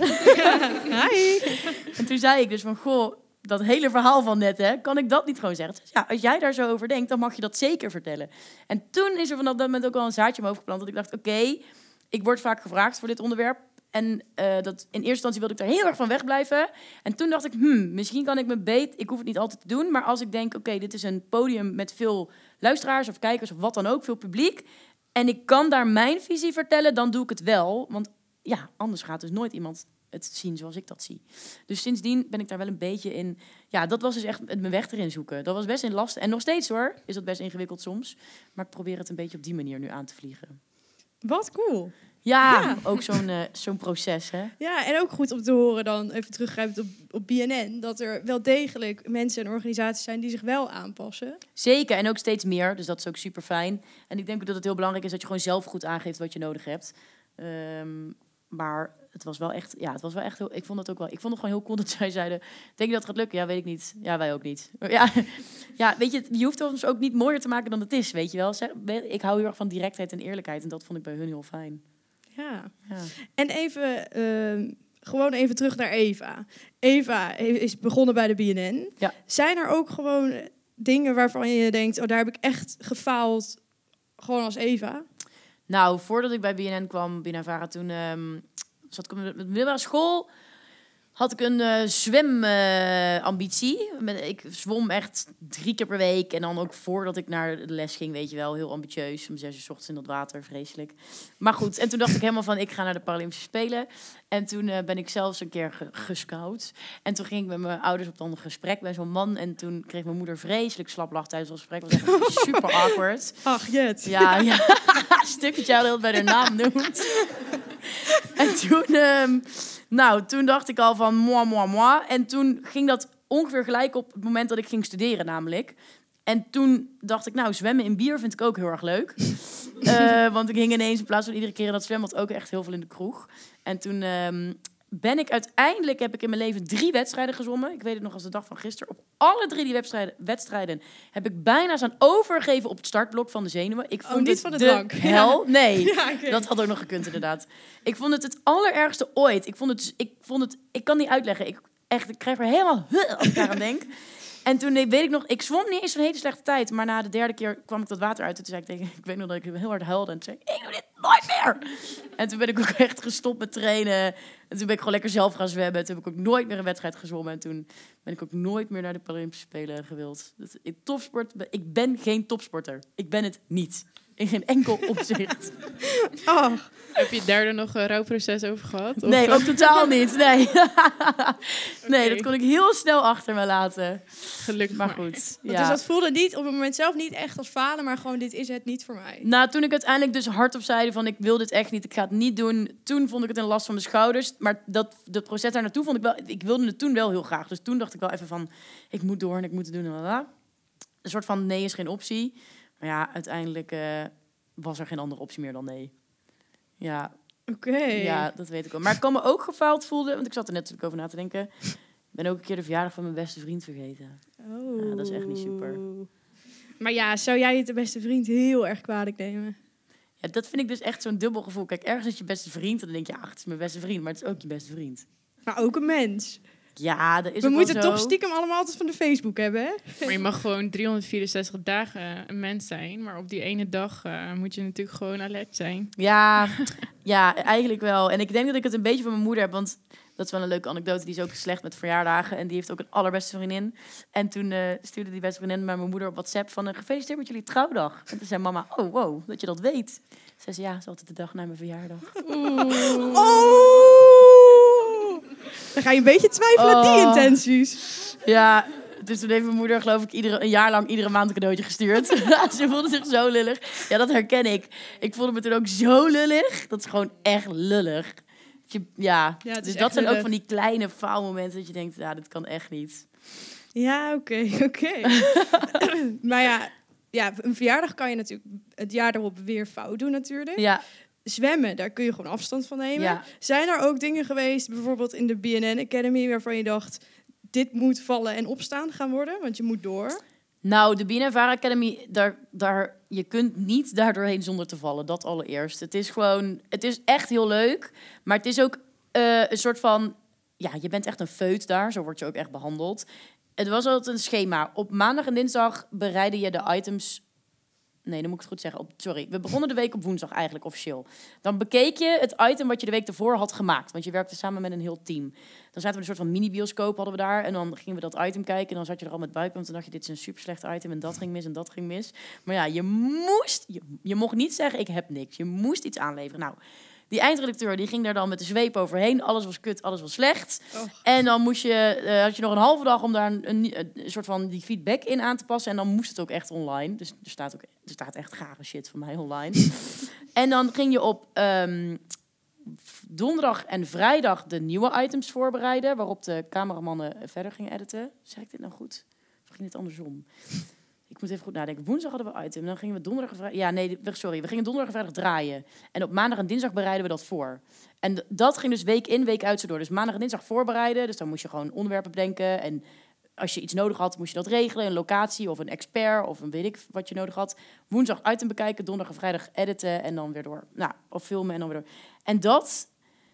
Hi. En toen zei ik dus van, goh, dat hele verhaal van net, hè, kan ik dat niet gewoon zeggen? Dus ja, als jij daar zo over denkt, dan mag je dat zeker vertellen. En toen is er vanaf dat moment ook wel een zaadje in mijn hoofd geplant, dat ik dacht, oké, okay, ik word vaak gevraagd voor dit onderwerp. En uh, dat, in eerste instantie wilde ik daar heel erg van wegblijven. En toen dacht ik, hmm, misschien kan ik me beet... Ik hoef het niet altijd te doen, maar als ik denk... Oké, okay, dit is een podium met veel luisteraars of kijkers of wat dan ook, veel publiek. En ik kan daar mijn visie vertellen, dan doe ik het wel. Want ja, anders gaat dus nooit iemand het zien zoals ik dat zie. Dus sindsdien ben ik daar wel een beetje in... Ja, dat was dus echt mijn weg erin zoeken. Dat was best in last. En nog steeds hoor, is dat best ingewikkeld soms. Maar ik probeer het een beetje op die manier nu aan te vliegen. Wat cool. Ja, Ja. ook zo'n, uh, zo'n proces, hè? Ja, en ook goed om te horen dan, even teruggrijpend op, op B N N... dat er wel degelijk mensen en organisaties zijn die zich wel aanpassen. Zeker, en ook steeds meer. Dus dat is ook super fijn. En ik denk ook dat het heel belangrijk is dat je gewoon zelf goed aangeeft wat je nodig hebt. Um, maar het was wel echt, ja, het was wel echt heel, ik vond het ook wel, ik vond het gewoon heel cool dat zij zeiden, denk je dat het gaat lukken? Ja, weet ik niet. Ja, wij ook niet. Ja, ja, weet je, je hoeft het ons ook niet mooier te maken dan het is, weet je wel. Ik hou heel erg van directheid en eerlijkheid en dat vond ik bij hun heel fijn. Ja. Ja. En even, uh, gewoon even terug naar Eva. Eva is begonnen bij de B N N. Ja. Zijn er ook gewoon dingen waarvan je denkt, oh, daar heb ik echt gefaald, gewoon als Eva? Nou, voordat ik bij B N N kwam, Binavara, toen um, zat ik met de middelbare school. Had ik een uh, zwemambitie. Uh, ik zwom echt drie keer per week. En dan ook voordat ik naar de les ging, weet je wel, heel ambitieus. Om zes uur 's ochtends in dat water, vreselijk. Maar goed, en toen dacht ik helemaal van, ik ga naar de Paralympische Spelen. En toen uh, ben ik zelfs een keer ge- gescout. En toen ging ik met mijn ouders op dan gesprek bij zo'n man. En toen kreeg mijn moeder vreselijk slaplach tijdens ons gesprek. Het was echt super awkward. Ach, Jet. Ja, ja. Stuk dat jou heel bij haar naam noemt. En toen... Um, Nou, toen dacht ik al van moi, moi, moi. En toen ging dat ongeveer gelijk op het moment dat ik ging studeren namelijk. En toen dacht ik, nou, zwemmen in bier vind ik ook heel erg leuk. uh, want ik hing ineens in plaats van iedere keer in dat zwembad ook echt heel veel in de kroeg. En toen um, ben ik uiteindelijk, heb ik in mijn leven drie wedstrijden gezwommen. Ik weet het nog als de dag van gisteren. Op alle drie die wedstrijden, wedstrijden heb ik bijna aan overgegeven op het startblok van de zenuwen. Ik vond oh, niet het van de, de drank. hel. Nee, ja, okay. Dat had ook nog gekund inderdaad. Ik vond het het allerergste ooit. Ik vond het, ik vond het, ik kan niet uitleggen. Ik, echt, ik krijg er helemaal als ik daaraan denk. En toen weet ik nog, ik zwom niet eens een hele slechte tijd. Maar na de derde keer kwam ik dat water uit. En toen zei ik tegen, ik weet nog dat ik heel hard huilde. En toen zei ik, ik doe dit nooit meer. En toen ben ik ook echt gestopt met trainen. En toen ben ik gewoon lekker zelf gaan zwemmen. Toen heb ik ook nooit meer een wedstrijd gezwommen. En toen ben ik ook nooit meer naar de Paralympische Spelen gewild. Dat, ik, topsport, ik ben geen topsporter. Ik ben het niet. In geen enkel opzicht. Oh. Heb je daar dan nog een rouwproces over gehad? Of? Nee, ook totaal niet. Nee. Nee, okay. Dat kon ik heel snel achter me laten. Gelukkig maar. maar goed. Ja. Ja. Dus dat voelde niet op het moment zelf niet echt als falen, maar gewoon dit is het niet voor mij. Nou, toen ik uiteindelijk dus hardop zei van ik wil dit echt niet, ik ga het niet doen. Toen vond ik het een last van mijn schouders. Maar dat, dat proces daar naartoe vond ik wel, ik wilde het toen wel heel graag. Dus toen dacht ik wel even van, ik moet door en ik moet het doen. En een soort van nee is geen optie. Maar ja, uiteindelijk uh, was er geen andere optie meer dan nee. Ja. Oké. Okay. Ja, dat weet ik wel. Maar ik kan me ook gefaald voelen, want ik zat er net natuurlijk over na te denken. Ik ben ook een keer de verjaardag van mijn beste vriend vergeten. Oh. Ja, dat is echt niet super. Maar ja, zou jij het de beste vriend heel erg kwalijk nemen? Ja, dat vind ik dus echt zo'n dubbel gevoel. Kijk, ergens is je beste vriend en dan denk je, ach, het is mijn beste vriend, maar het is ook je beste vriend. Maar ook een mens. Ja, dat is We ook moeten wel zo. toch stiekem allemaal altijd van de Facebook hebben, hè? Maar je mag gewoon driehonderdvierenzestig dagen een mens zijn. Maar op die ene dag uh, moet je natuurlijk gewoon alert zijn. Ja, ja, eigenlijk wel. En ik denk dat ik het een beetje van mijn moeder heb, want dat is wel een leuke anekdote. Die is ook slecht met verjaardagen en die heeft ook een allerbeste vriendin. En toen uh, stuurde die beste vriendin naar mijn moeder op WhatsApp van uh, gefeliciteerd met jullie trouwdag. En toen zei mama, oh wow, dat je dat weet. Zei ze, ja, is altijd de dag na mijn verjaardag. Oeh. Oh! Dan ga je een beetje twijfelen aan oh. die intenties. Ja, dus toen heeft mijn moeder geloof ik iedere, een jaar lang iedere maand een cadeautje gestuurd. Ze voelde zich zo lullig. Ja, dat herken ik. Ik voelde me toen ook zo lullig. Dat is gewoon echt lullig. Je, ja, ja dus dat zijn lullig. Ook van die kleine faalmomenten dat je denkt, ja, dit kan echt niet. Ja, oké, okay, oké. Okay. Maar ja, ja, een verjaardag kan je natuurlijk het jaar erop weer fout doen natuurlijk. Ja. Zwemmen, daar kun je gewoon afstand van nemen. Ja. Zijn er ook dingen geweest, bijvoorbeeld in de B N N Academy, waarvan je dacht, dit moet vallen en opstaan gaan worden, want je moet door? Nou, de Binavara Academy, daar, daar, je kunt niet daar doorheen zonder te vallen. Dat allereerst. Het is gewoon, het is echt heel leuk, maar het is ook uh, een soort van, ja, je bent echt een feut daar, zo word je ook echt behandeld. Het was altijd een schema. Op maandag en dinsdag bereidde je de items. Nee, dan moet ik het goed zeggen. Op, sorry, we begonnen de week op woensdag eigenlijk officieel. Dan bekeek je het item wat je de week ervoor had gemaakt. Want je werkte samen met een heel team. Dan zaten we een soort van mini-bioscoop hadden we daar. En dan gingen we dat item kijken. En dan zat je er al met buik. Want dan dacht je, dit is een super slecht item. En dat ging mis en dat ging mis. Maar ja, je moest... Je, je mocht niet zeggen, ik heb niks. Je moest iets aanleveren. Nou, Die eindredacteur die ging daar dan met de zweep overheen. Alles was kut, alles was slecht. Oh. En dan moest je, uh, had je nog een halve dag om daar een, een, een soort van die feedback in aan te passen. En dan moest het ook echt online. Dus er staat, ook, er staat echt gare shit van mij online. En dan ging je op um, donderdag en vrijdag de nieuwe items voorbereiden. Waarop de cameramannen verder gingen editen. Zeg ik dit nou goed? Of ging dit andersom? Ik moet even goed nadenken. Woensdag hadden we item. Dan gingen we donderdag en vrijdag... Ja, nee, sorry. We gingen donderdag en vrijdag draaien. En op maandag en dinsdag bereiden we dat voor. En d- dat ging dus week in, week uit zo door. Dus maandag en dinsdag voorbereiden. Dus dan moest je gewoon onderwerpen bedenken. En als je iets nodig had, moest je dat regelen. Een locatie of een expert of een weet ik wat je nodig had. Woensdag item bekijken, donderdag en vrijdag editen. En dan weer door. Nou, of filmen en dan weer door. En dat...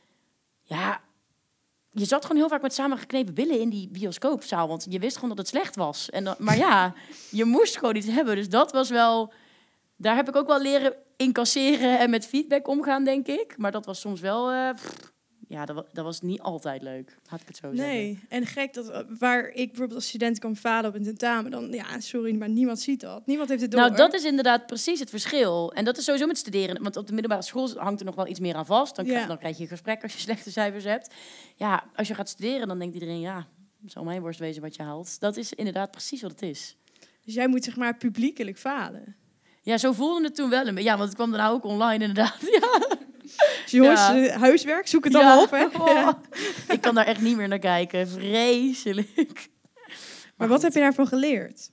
Ja... Je zat gewoon heel vaak met samengeknepen billen in die bioscoopzaal. Want je wist gewoon dat het slecht was. En dan, maar ja, je moest gewoon iets hebben. Dus dat was wel... Daar heb ik ook wel leren incasseren en met feedback omgaan, denk ik. Maar dat was soms wel... Uh, pff, ja, dat, dat was niet altijd leuk. Laat ik het zo nee. zeggen. Nee, en gek dat waar ik bijvoorbeeld als student kan falen op een tentamen... dan, ja, sorry, maar niemand ziet dat. Niemand heeft het door. Nou, dat is inderdaad precies het verschil. En dat is sowieso met studeren. Want op de middelbare school hangt er nog wel iets meer aan vast. Dan, krijg, ja. dan krijg je een gesprek als je slechte cijfers hebt. Ja, als je gaat studeren, dan denkt iedereen... ja, het zal mijn worst wezen wat je haalt. Dat is inderdaad precies wat het is. Dus jij moet zeg maar publiekelijk falen. Ja, zo voelde het toen wel een beetje. Ja, want het kwam daarna ook online inderdaad. Ja. Dus jongens, ja. huiswerk, zoek het allemaal ja. op, hè? Oh. Ja. Ik kan daar echt niet meer naar kijken. Vreselijk. Maar, maar wat heb je daarvan geleerd?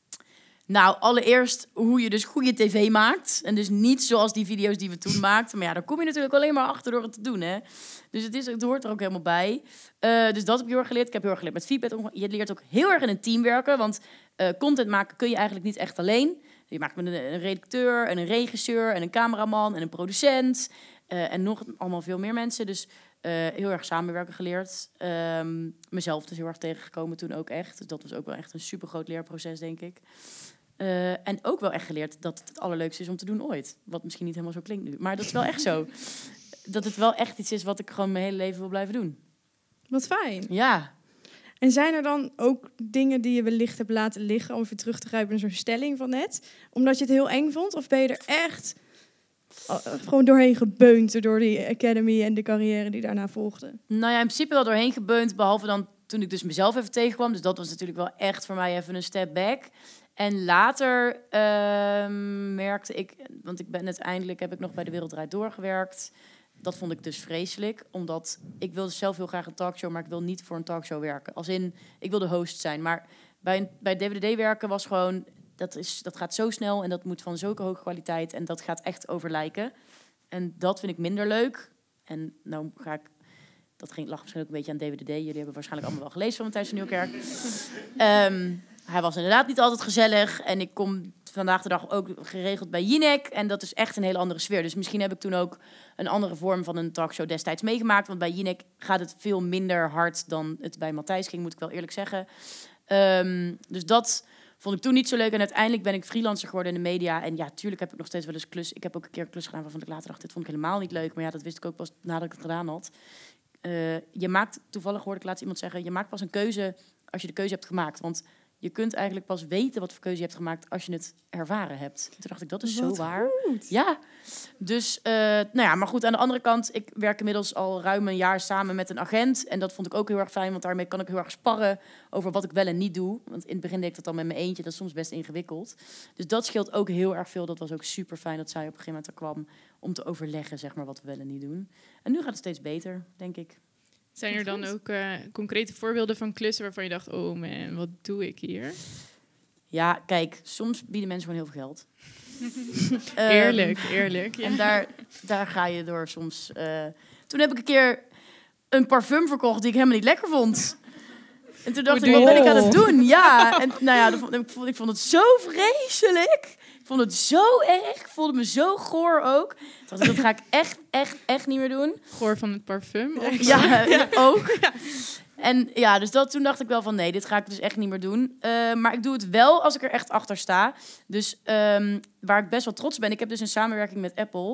Nou, allereerst hoe je dus goede tv maakt. En dus niet zoals die video's die we toen maakten. Maar ja, daar kom je natuurlijk alleen maar achter door het te doen, hè. Dus het, is, het hoort er ook helemaal bij. Uh, dus dat heb ik heel erg geleerd. Ik heb heel erg geleerd met feedback. Je leert ook heel erg in een team werken. Want uh, content maken kun je eigenlijk niet echt alleen. Je maakt met een, een redacteur en een regisseur en een cameraman en een producent. Uh, en nog allemaal veel meer mensen. Dus uh, heel erg samenwerken geleerd. Um, mezelf dus heel erg tegengekomen toen ook echt. Dus dat was ook wel echt een supergroot leerproces, denk ik. Uh, en ook wel echt geleerd dat het het allerleukste is om te doen ooit. Wat misschien niet helemaal zo klinkt nu. Maar dat is wel echt zo. Dat het wel echt iets is wat ik gewoon mijn hele leven wil blijven doen. Wat fijn. Ja. En zijn er dan ook dingen die je wellicht hebt laten liggen... om even terug te grijpen naar zo'n stelling van net? Omdat je het heel eng vond? Of ben je er echt uh, gewoon doorheen gebeund... door die academy en de carrière die daarna volgde? Nou ja, in principe wel doorheen gebeund. Behalve dan toen ik dus mezelf even tegenkwam. Dus dat was natuurlijk wel echt voor mij even een step back... En later uh, merkte ik, want ik ben uiteindelijk heb ik nog bij De Wereld Draait Door gewerkt. Dat vond ik dus vreselijk, omdat ik wilde zelf heel graag een talkshow, maar ik wil niet voor een talkshow werken. Als in, ik wilde host zijn, maar bij, een, bij D V D werken was gewoon, dat, is, dat gaat zo snel en dat moet van zulke hoge kwaliteit en dat gaat echt over lijken. En dat vind ik minder leuk. En nou ga ik, dat ging, lag misschien ook een beetje aan D V D. Jullie hebben waarschijnlijk allemaal wel gelezen van Matthijs van Nieuwkerk. Um, Hij was inderdaad niet altijd gezellig. En ik kom vandaag de dag ook geregeld bij Jinek. En dat is echt een hele andere sfeer. Dus misschien heb ik toen ook een andere vorm van een talkshow destijds meegemaakt. Want bij Jinek gaat het veel minder hard dan het bij Matthijs ging, moet ik wel eerlijk zeggen. Um, dus dat vond ik toen niet zo leuk. En uiteindelijk ben ik freelancer geworden in de media. En ja, tuurlijk heb ik nog steeds wel eens klus. Ik heb ook een keer een klus gedaan waarvan ik later dacht, dit vond ik helemaal niet leuk. Maar ja, dat wist ik ook pas nadat ik het gedaan had. Uh, je maakt, toevallig hoorde ik laatst iemand zeggen, je maakt pas een keuze als je de keuze hebt gemaakt. Want je kunt eigenlijk pas weten wat voor keuze je hebt gemaakt als je het ervaren hebt. Toen dacht ik, dat is wat zo waar. Goed. Ja, dus, uh, nou ja, maar goed, aan de andere kant, ik werk inmiddels al ruim een jaar samen met een agent. En dat vond ik ook heel erg fijn, want daarmee kan ik heel erg sparren over wat ik wel en niet doe. Want in het begin deed ik dat dan met mijn eentje, dat is soms best ingewikkeld. Dus dat scheelt ook heel erg veel. Dat was ook super fijn dat zij op een gegeven moment er kwam om te overleggen, zeg maar, wat we wel en niet doen. En nu gaat het steeds beter, denk ik. Zijn er dan ook uh, concrete voorbeelden van klussen waarvan je dacht, oh man, wat doe ik hier? Ja, kijk, soms bieden mensen gewoon heel veel geld. Eerlijk, um, eerlijk. Ja. En daar, daar ga je door soms. Uh, toen heb ik een keer een parfum verkocht die ik helemaal niet lekker vond. En toen dacht Hoe ik, wat ben ik je? aan het doen? Ja, en nou ja, vond, ik, vond, ik vond het zo vreselijk. Ik vond het zo erg. Ik voelde me zo goor ook. Toen dacht ik, dat ga ik echt, echt, echt niet meer doen. Goor van het parfum? Of? Ja, ja, ook. Ja. En ja, dus dat, toen dacht ik wel van nee, dit ga ik dus echt niet meer doen. Uh, maar ik doe het wel als ik er echt achter sta. Dus um, waar ik best wel trots ben, ik heb dus een samenwerking met Apple.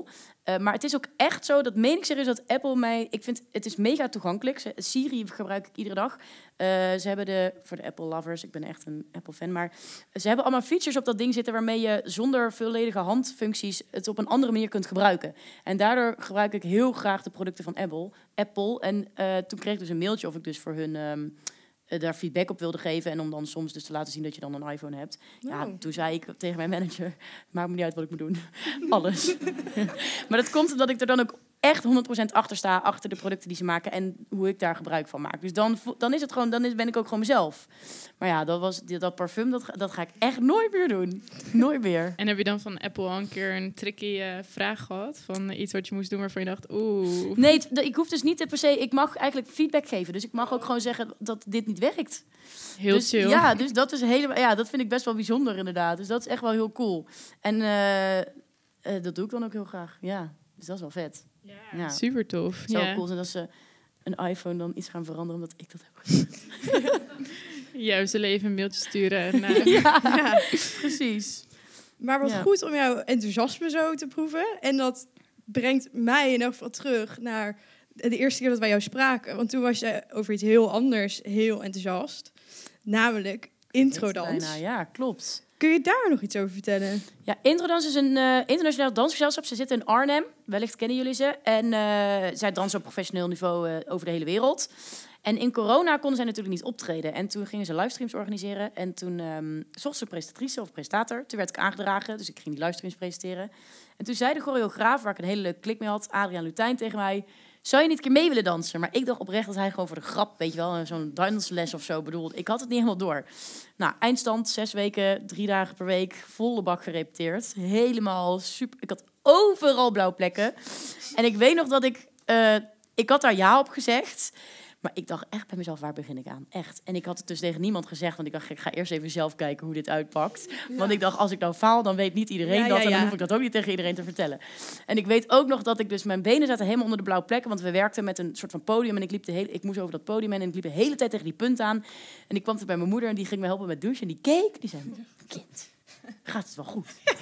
Uh, maar het is ook echt zo, dat meen ik serieus, dat Apple mij... Ik vind, het is mega toegankelijk. Siri gebruik ik iedere dag. Uh, ze hebben de... Voor de Apple lovers, ik ben echt een Apple-fan, maar... Ze hebben allemaal features op dat ding zitten waarmee je zonder volledige handfuncties het op een andere manier kunt gebruiken. En daardoor gebruik ik heel graag de producten van Apple. Apple. En uh, toen kreeg ik dus een mailtje of ik dus voor hun... Um, daar feedback op wilde geven en om dan soms dus te laten zien dat je dan een iPhone hebt. Oh. Ja, toen zei ik tegen mijn manager, maakt me niet uit wat ik moet doen. Alles. Maar dat komt omdat ik er dan ook echt honderd procent achter sta, achter de producten die ze maken en hoe ik daar gebruik van maak. Dus dan, dan is het gewoon, dan is, ben ik ook gewoon mezelf. Maar ja, dat, was, dat parfum, dat, dat ga ik echt nooit meer doen. Nooit meer. En heb je dan van Apple al een keer een tricky uh, vraag gehad? Van iets wat je moest doen waarvan je dacht, oeh. Nee, t- ik hoef dus niet per se, ik mag eigenlijk feedback geven. Dus ik mag ook gewoon zeggen dat dit niet werkt. Heel dus, chill. Ja, dus dat is helemaal, ja, dat vind ik best wel bijzonder inderdaad. Dus dat is echt wel heel cool. En uh, uh, dat doe ik dan ook heel graag. Ja, dus dat is wel vet. Ja, ja. Super tof. Het zou ja. cool zijn als ze een iPhone dan iets gaan veranderen omdat ik dat heb gezegd. Ja, we zullen even een mailtje sturen. En, uh... ja, ja, precies. Maar wat ja. goed om jouw enthousiasme zo te proeven. En dat brengt mij in elk geval terug naar de eerste keer dat wij jou spraken. Want toen was je over iets heel anders heel enthousiast. Namelijk introdans. Bijna, ja, klopt. Kun je daar nog iets over vertellen? Ja, Introdans is een uh, internationaal dansgezelschap. Ze zitten in Arnhem. Wellicht kennen jullie ze. En uh, zij dansen op professioneel niveau uh, over de hele wereld. En in corona konden zij natuurlijk niet optreden. En toen gingen ze livestreams organiseren. En toen um, zochten ze een presentatrice of presentator. Toen werd ik aangedragen, dus ik ging die livestreams presenteren. En toen zei de choreograaf, waar ik een hele leuke klik mee had, Adriaan Lutijn, tegen mij: zou je niet een keer mee willen dansen? Maar ik dacht oprecht dat hij gewoon voor de grap, weet je wel, zo'n dansles of zo bedoelde. Ik had het niet helemaal door. Nou, eindstand, zes weken, drie dagen per week, volle bak gerepeteerd. Helemaal super. Ik had overal blauwe plekken. En ik weet nog dat ik, uh, ik had daar ja op gezegd. Maar ik dacht echt bij mezelf, waar begin ik aan? Echt. En ik had het dus tegen niemand gezegd, want ik dacht, ik ga eerst even zelf kijken hoe dit uitpakt. Ja. Want ik dacht, als ik nou faal, dan weet niet iedereen ja, dat. Ja, ja. En dan hoef ik dat ook niet tegen iedereen te vertellen. En ik weet ook nog dat ik dus, mijn benen zaten helemaal onder de blauwe plekken, want we werkten met een soort van podium en ik liep de hele, ik moest over dat podium heen en ik liep de hele tijd tegen die punt aan. En ik kwam toen bij mijn moeder en die ging me helpen met douchen en die keek, die zei, kind, gaat het wel goed?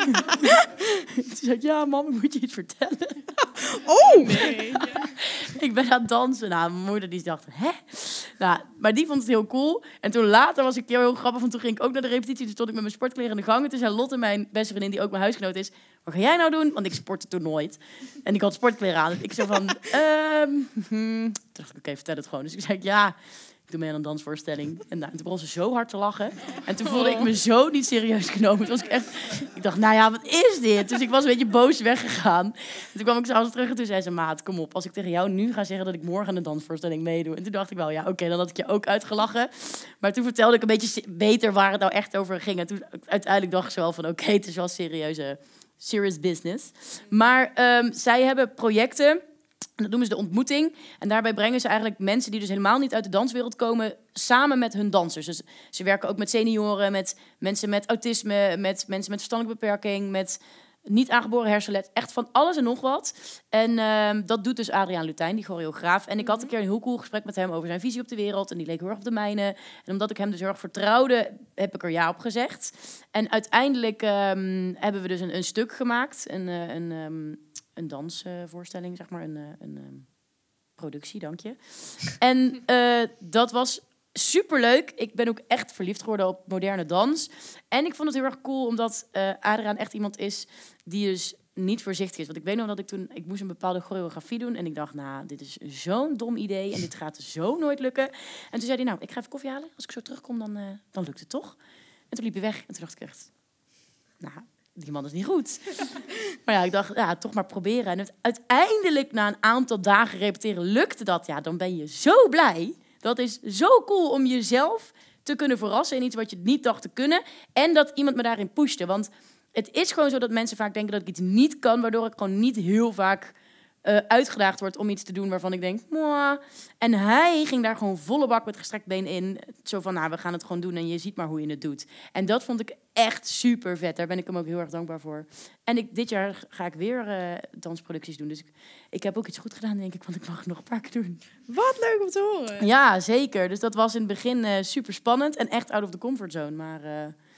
Toen zei ik, ja mam, moet je iets vertellen? Oh! Nee, ja. Ik ben aan het dansen. Nou, mijn moeder die dacht, hè? Nou, maar die vond het heel cool. En toen later was ik heel grappig, want toen ging ik ook naar de repetitie. Toen stond ik met mijn sportkleren in de gang. En toen zei Lotte, mijn beste vriendin, die ook mijn huisgenoot is, wat ga jij nou doen? Want ik sportte toen nooit. En ik had sportkleren aan. En ik zei van, um, hmm. Toen dacht ik, oké, okay, vertel het gewoon. Dus ik zei, ja, ik doe mee aan een dansvoorstelling. En nou, toen begon ze zo hard te lachen. En toen voelde ik me zo niet serieus genomen. Toen was ik echt... Ik dacht, nou ja, wat is dit? Dus ik was een beetje boos weggegaan. En toen kwam ik s'avonds terug en toen zei ze, maat, kom op. Als ik tegen jou nu ga zeggen dat ik morgen aan een dansvoorstelling meedoe. En toen dacht ik wel, ja, oké, okay, dan had ik je ook uitgelachen. Maar toen vertelde ik een beetje beter waar het nou echt over ging. En toen uiteindelijk dacht ze wel van, oké, okay, het is wel serieuze, serious business. Maar um, zij hebben projecten. Dat noemen ze de ontmoeting. En daarbij brengen ze eigenlijk mensen die dus helemaal niet uit de danswereld komen, samen met hun dansers. Dus ze werken ook met senioren, met mensen met autisme, met mensen met verstandelijke beperking, met niet aangeboren hersenlet. Echt van alles en nog wat. En uh, dat doet dus Adriaan Lutijn, die choreograaf. En ik had een keer een heel cool gesprek met hem over zijn visie op de wereld. En die leek heel erg op de mijne. En omdat ik hem dus heel erg vertrouwde, heb ik er ja op gezegd. En uiteindelijk um, hebben we dus een, een stuk gemaakt. Een, een, um, een dansvoorstelling, uh, zeg maar. Een, een um, productie, dank je. En uh, dat was superleuk. Ik ben ook echt verliefd geworden op moderne dans. En ik vond het heel erg cool, omdat uh, Adriaan echt iemand is die dus niet voorzichtig is. Want ik weet nog dat ik toen, ik moest een bepaalde choreografie doen. En ik dacht, nou, dit is zo'n dom idee. En dit gaat zo nooit lukken. En toen zei hij, nou, ik ga even koffie halen. Als ik zo terugkom, dan, uh, dan lukt het toch. En toen liep hij weg. En toen dacht ik echt, nou, die man is niet goed. Maar ja, ik dacht, ja, toch maar proberen. En het, uiteindelijk, na een aantal dagen repeteren, lukte dat. Ja, dan ben je zo blij. Dat is zo cool om jezelf te kunnen verrassen in iets wat je niet dacht te kunnen. En dat iemand me daarin pushte. Want het is gewoon zo dat mensen vaak denken dat ik iets niet kan, waardoor ik gewoon niet heel vaak uh, uitgedaagd word om iets te doen waarvan ik denk, mwah. En hij ging daar gewoon volle bak met gestrekt been in. Zo van, nou, we gaan het gewoon doen en je ziet maar hoe je het doet. En dat vond ik echt super vet. Daar ben ik hem ook heel erg dankbaar voor. En ik, dit jaar ga ik weer uh, dansproducties doen. Dus ik, ik heb ook iets goed gedaan, denk ik, want ik mag het nog een paar keer doen. Wat leuk om te horen. Ja, zeker. Dus dat was in het begin uh, super spannend en echt out of the comfortzone. Maar uh,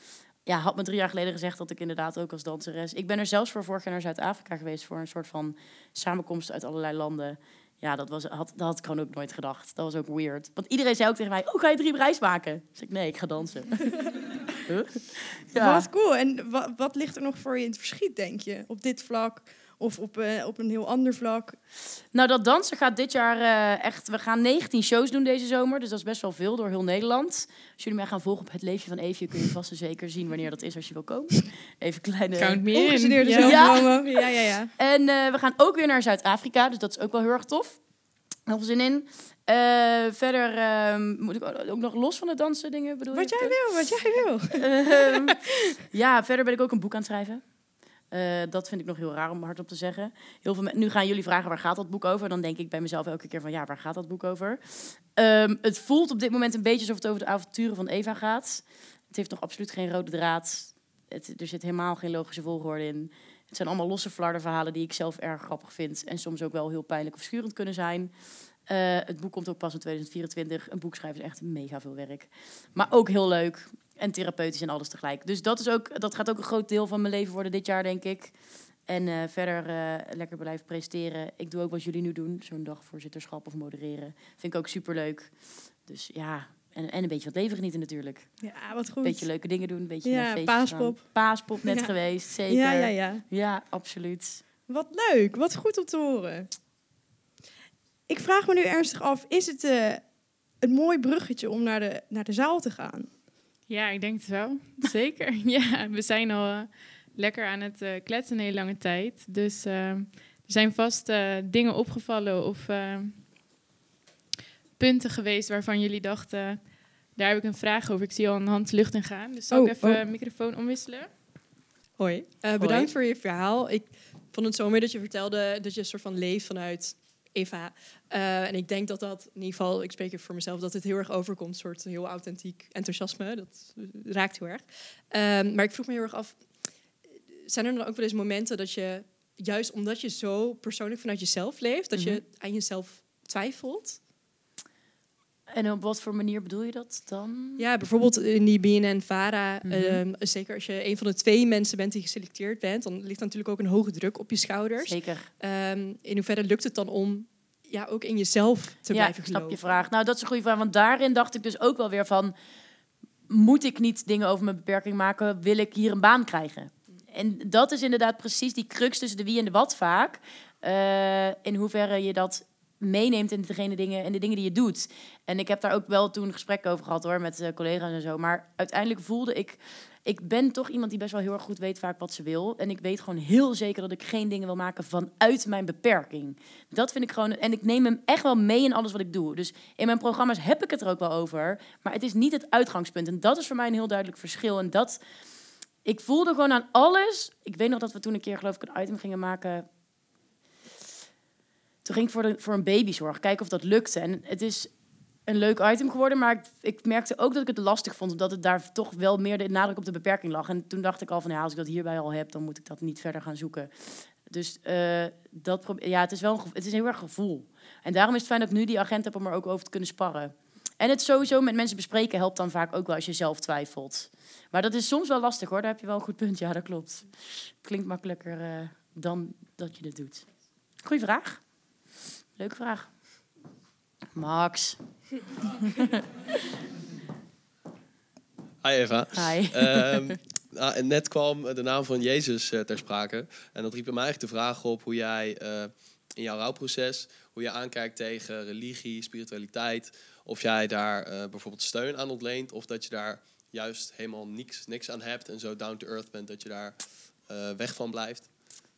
ja, had me drie jaar geleden gezegd dat ik inderdaad ook als danseres... Ik ben er zelfs voor vorig jaar naar Zuid-Afrika geweest... voor een soort van samenkomst uit allerlei landen. Ja, dat, was, had, dat had ik gewoon ook nooit gedacht. Dat was ook weird. Want iedereen zei ook tegen mij... Oh, ga je drie reis maken? Dus ik, nee, ik ga dansen. huh? Ja. Wat cool. En wat, wat ligt er nog voor je in het verschiet, denk je? Op dit vlak of op, uh, op een heel ander vlak? Nou, dat dansen gaat dit jaar uh, echt... We gaan negentien shows doen deze zomer. Dus dat is best wel veel door heel Nederland. Als jullie mij gaan volgen op Het Leefje van Eefje... kun je vast en zeker zien wanneer dat is als je wil komen. Even kleine... Count me in. Ongegeneerde ja. ja. ja, ja, ja. En uh, we gaan ook weer naar Zuid-Afrika. Dus dat is ook wel heel erg tof. Heel veel zin in. Uh, verder uh, moet ik ook nog los van de dansen dingen bedoel Wat je? jij wil, wat jij wil. Uh, ja, verder ben ik ook een boek aan het schrijven. Uh, dat vind ik nog heel raar om hardop te zeggen. Heel veel nu gaan jullie vragen, waar gaat dat boek over? Dan denk ik bij mezelf elke keer van, ja, waar gaat dat boek over? Um, het voelt op dit moment een beetje alsof het over de avonturen van Eva gaat. Het heeft nog absoluut geen rode draad. Het, er zit helemaal geen logische volgorde in. Het zijn allemaal losse flardenverhalen die ik zelf erg grappig vind. En soms ook wel heel pijnlijk of schurend kunnen zijn. Uh, het boek komt ook pas in tweeduizend vierentwintig. Een boek schrijven is echt mega veel werk. Maar ook heel leuk. En therapeutisch en alles tegelijk. Dus dat, is ook, dat gaat ook een groot deel van mijn leven worden dit jaar, denk ik. En uh, verder uh, lekker blijven presteren. Ik doe ook wat jullie nu doen. Zo'n dag voorzitterschap of modereren. Vind ik ook superleuk. Dus ja... En, en een beetje van het leven genieten natuurlijk. Ja, wat goed. Een beetje leuke dingen doen, een beetje ja, naar feestjes paaspop. gaan. Paaspop net ja. geweest, zeker. Ja, ja, ja. Ja, absoluut. Wat leuk, wat goed om te horen. Ik vraag me nu ernstig af, is het uh, een mooi bruggetje om naar de, naar de zaal te gaan? Ja, ik denk het wel. Zeker. Ja, we zijn al uh, lekker aan het uh, kletsen een hele lange tijd. Dus uh, er zijn vast uh, dingen opgevallen of... Uh, punten geweest waarvan jullie dachten... daar heb ik een vraag over. Ik zie al een hand lucht in gaan. Dus zal oh, ik even oh. uh, microfoon omwisselen? Hoi. Uh, bedankt Hoi. voor je verhaal. Ik vond het zo mooi dat je vertelde... dat je een soort van leeft vanuit Eva. Uh, en ik denk dat dat, in ieder geval... ik spreek even voor mezelf, dat het heel erg overkomt. Een soort heel authentiek enthousiasme. Dat raakt heel erg. Um, maar ik vroeg me heel erg af... zijn er dan ook wel eens momenten dat je... juist omdat je zo persoonlijk vanuit jezelf leeft... dat mm-hmm. je aan jezelf twijfelt... En op wat voor manier bedoel je dat dan? Ja, bijvoorbeeld in die B N N-Vara. Mm-hmm. Um, zeker als je een van de twee mensen bent die geselecteerd bent... dan ligt natuurlijk ook een hoge druk op je schouders. Zeker. Um, in hoeverre lukt het dan om ja, ook in jezelf te ja, blijven geloven? Ja, snap je vraag. Nou, dat is een goede vraag. Want daarin dacht ik dus ook wel weer van... moet ik niet dingen over mijn beperking maken? Wil ik hier een baan krijgen? En dat is inderdaad precies die crux tussen de wie en de wat vaak. Uh, in hoeverre je dat... meeneemt in degene dingen en de dingen die je doet. En ik heb daar ook wel toen gesprekken over gehad hoor, met uh, collega's en zo. Maar uiteindelijk voelde ik... Ik ben toch iemand die best wel heel erg goed weet vaak wat ze wil. En ik weet gewoon heel zeker dat ik geen dingen wil maken vanuit mijn beperking. Dat vind ik gewoon... En ik neem hem echt wel mee in alles wat ik doe. Dus in mijn programma's heb ik het er ook wel over. Maar het is niet het uitgangspunt. En dat is voor mij een heel duidelijk verschil. En dat... Ik voelde gewoon aan alles... Ik weet nog dat we toen een keer geloof ik een item gingen maken... Toen ging ik voor, de, voor een babyzorg, kijken of dat lukte. En het is een leuk item geworden, maar ik, ik merkte ook dat ik het lastig vond... omdat het daar toch wel meer de nadruk op de beperking lag. En toen dacht ik al van, ja, als ik dat hierbij al heb... dan moet ik dat niet verder gaan zoeken. Dus uh, dat ja, het is wel een, het is heel erg gevoel. En daarom is het fijn dat ik nu die agent heb om er ook over te kunnen sparren. En het sowieso met mensen bespreken helpt dan vaak ook wel als je zelf twijfelt. Maar dat is soms wel lastig, hoor. Daar heb je wel een goed punt. Ja, dat klopt. Klinkt makkelijker uh, dan dat je het doet. Goeie vraag. Leuke vraag. Max. Hi Eva. Hi. Um, nou, net kwam de naam van Jezus uh, ter sprake. En dat riep bij mij eigenlijk de vraag op hoe jij uh, in jouw rouwproces... hoe je aankijkt tegen religie, spiritualiteit... of jij daar uh, bijvoorbeeld steun aan ontleent... of dat je daar juist helemaal niks, niks aan hebt... en zo down to earth bent dat je daar uh, weg van blijft.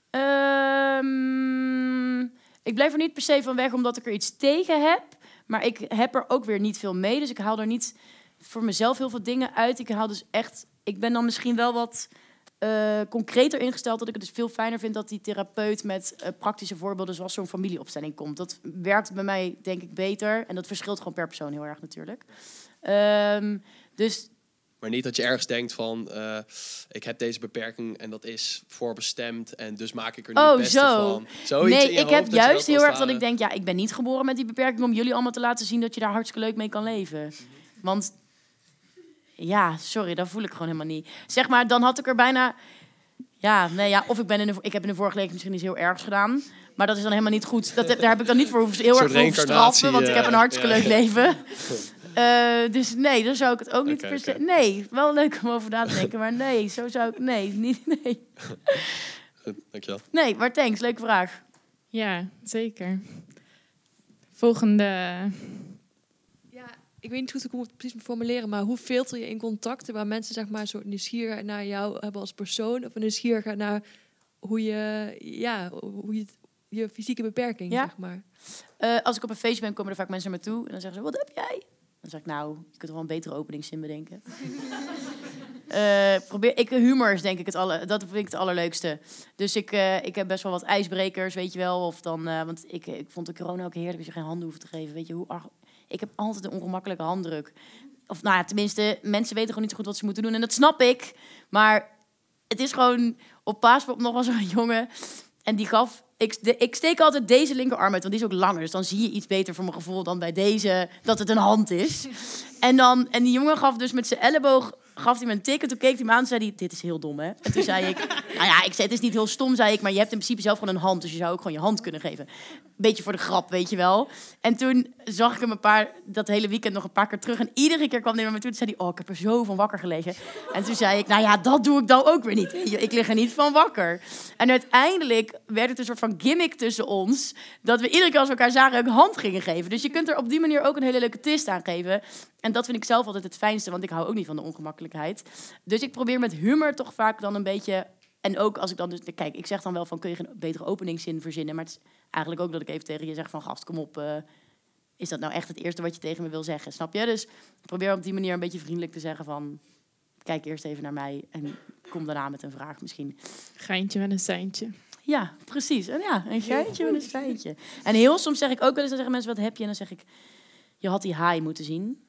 Um... Ik blijf er niet per se van weg omdat ik er iets tegen heb. Maar ik heb er ook weer niet veel mee. Dus ik haal er niet voor mezelf heel veel dingen uit. Ik haal dus echt... Ik ben dan misschien wel wat uh, concreter ingesteld. Dat ik het dus veel fijner vind dat die therapeut met uh, praktische voorbeelden... zoals zo'n familieopstelling komt. Dat werkt bij mij denk ik beter. En dat verschilt gewoon per persoon heel erg natuurlijk. Um, dus... Maar niet dat je ergens denkt van... Uh, ik heb deze beperking en dat is voorbestemd... en dus maak ik er nu oh, het beste zo. van. Zoiets nee, in je ik hoofd, heb juist heel erg dat ik denk... ja, ik ben niet geboren met die beperking... om jullie allemaal te laten zien dat je daar hartstikke leuk mee kan leven. Want Ja, sorry, dat voel ik gewoon helemaal niet. Zeg maar, dan had ik er bijna... Ja, nee, ja, of ik ben in de, ik heb in de vorige leven misschien iets heel ergs gedaan. Maar dat is dan helemaal niet goed. Dat, daar heb ik dan niet voor hoeven, heel erg voor hoeven straffen. Want ik heb een hartstikke ja, leuk ja. leven. Uh, dus nee, dan zou ik het ook niet okay, per se... Okay. Nee, wel leuk om over na te denken. Maar nee, zo zou ik... Nee, niet... Nee. Goed, dankjewel. Nee, maar thanks. Leuke vraag. Ja, zeker. Volgende... Ja, ik weet niet goed hoe ik het precies moet formuleren, maar hoe filter je in contacten waar mensen zeg maar een soort nieuwsgierigheid naar jou hebben als persoon of een nieuwsgierigheid naar hoe je, ja, hoe je, je fysieke beperking, ja? zeg maar. Uh, als ik op een feestje ben, komen er vaak mensen naar me toe en dan zeggen ze, wat heb jij? Dan zeg ik, nou, je kunt er wel een betere openingszin bedenken. uh, probeer, ik, humor is denk ik het aller, dat vind ik het allerleukste. Dus ik, uh, ik heb best wel wat ijsbrekers, weet je wel. Of dan, uh, want ik, ik vond de corona ook heerlijk als je geen handen hoeft te geven. Weet je, hoe arg, ik heb altijd een ongemakkelijke handdruk. Of nou ja, tenminste, mensen weten gewoon niet zo goed wat ze moeten doen. En dat snap ik. Maar het is gewoon, op Paaspop nog wel zo'n jongen. En die gaf... Ik, de, ik steek altijd deze linkerarm uit, want die is ook langer. Dus dan zie je iets beter voor mijn gevoel dan bij deze, dat het een hand is. En, dan, en die jongen gaf dus met zijn elleboog gaf hij me een tik. En toen keek hij me aan en zei hij, dit is heel dom, hè? En toen zei ik, nou ja, ik zei, het is niet heel stom, zei ik. Maar je hebt in principe zelf gewoon een hand. Dus je zou ook gewoon je hand kunnen geven. Beetje voor de grap, weet je wel. En toen zag ik hem een paar, dat hele weekend nog een paar keer terug. En iedere keer kwam hij naar me toe en zei hij, oh, ik heb er zo van wakker gelegen. En toen zei ik, nou ja, dat doe ik dan ook weer niet. Ik lig er niet van wakker. En uiteindelijk werd het een soort van gimmick tussen ons, dat we iedere keer als we elkaar zagen ook een hand gingen geven. Dus je kunt er op die manier ook een hele leuke twist aan geven. En dat vind ik zelf altijd het fijnste, want ik hou ook niet van de ongemakkelijkheid. Dus ik probeer met humor toch vaak dan een beetje... En ook als ik dan dus... Kijk, ik zeg dan wel van, kun je geen betere openingszin verzinnen? Maar het is eigenlijk ook dat ik even tegen je zeg van, gast, kom op. Uh, is dat nou echt het eerste wat je tegen me wil zeggen? Snap je? Dus ik probeer op die manier een beetje vriendelijk te zeggen van... Kijk eerst even naar mij en kom daarna met een vraag misschien. Geintje met een seintje. Ja, precies. En ja, een geintje met een seintje. En heel soms zeg ik ook wel eens, dan zeggen mensen, wat heb je? En dan zeg ik, je had die haai moeten zien.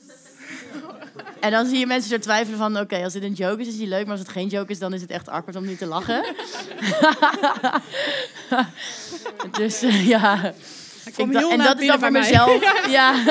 En dan zie je mensen zo twijfelen van, oké, okay, als dit een joke is, is die leuk. Maar als het geen joke is, dan is het echt awkward om niet te lachen. Dus uh, ja... Ik da- en dat is dan voor mezelf. Ja.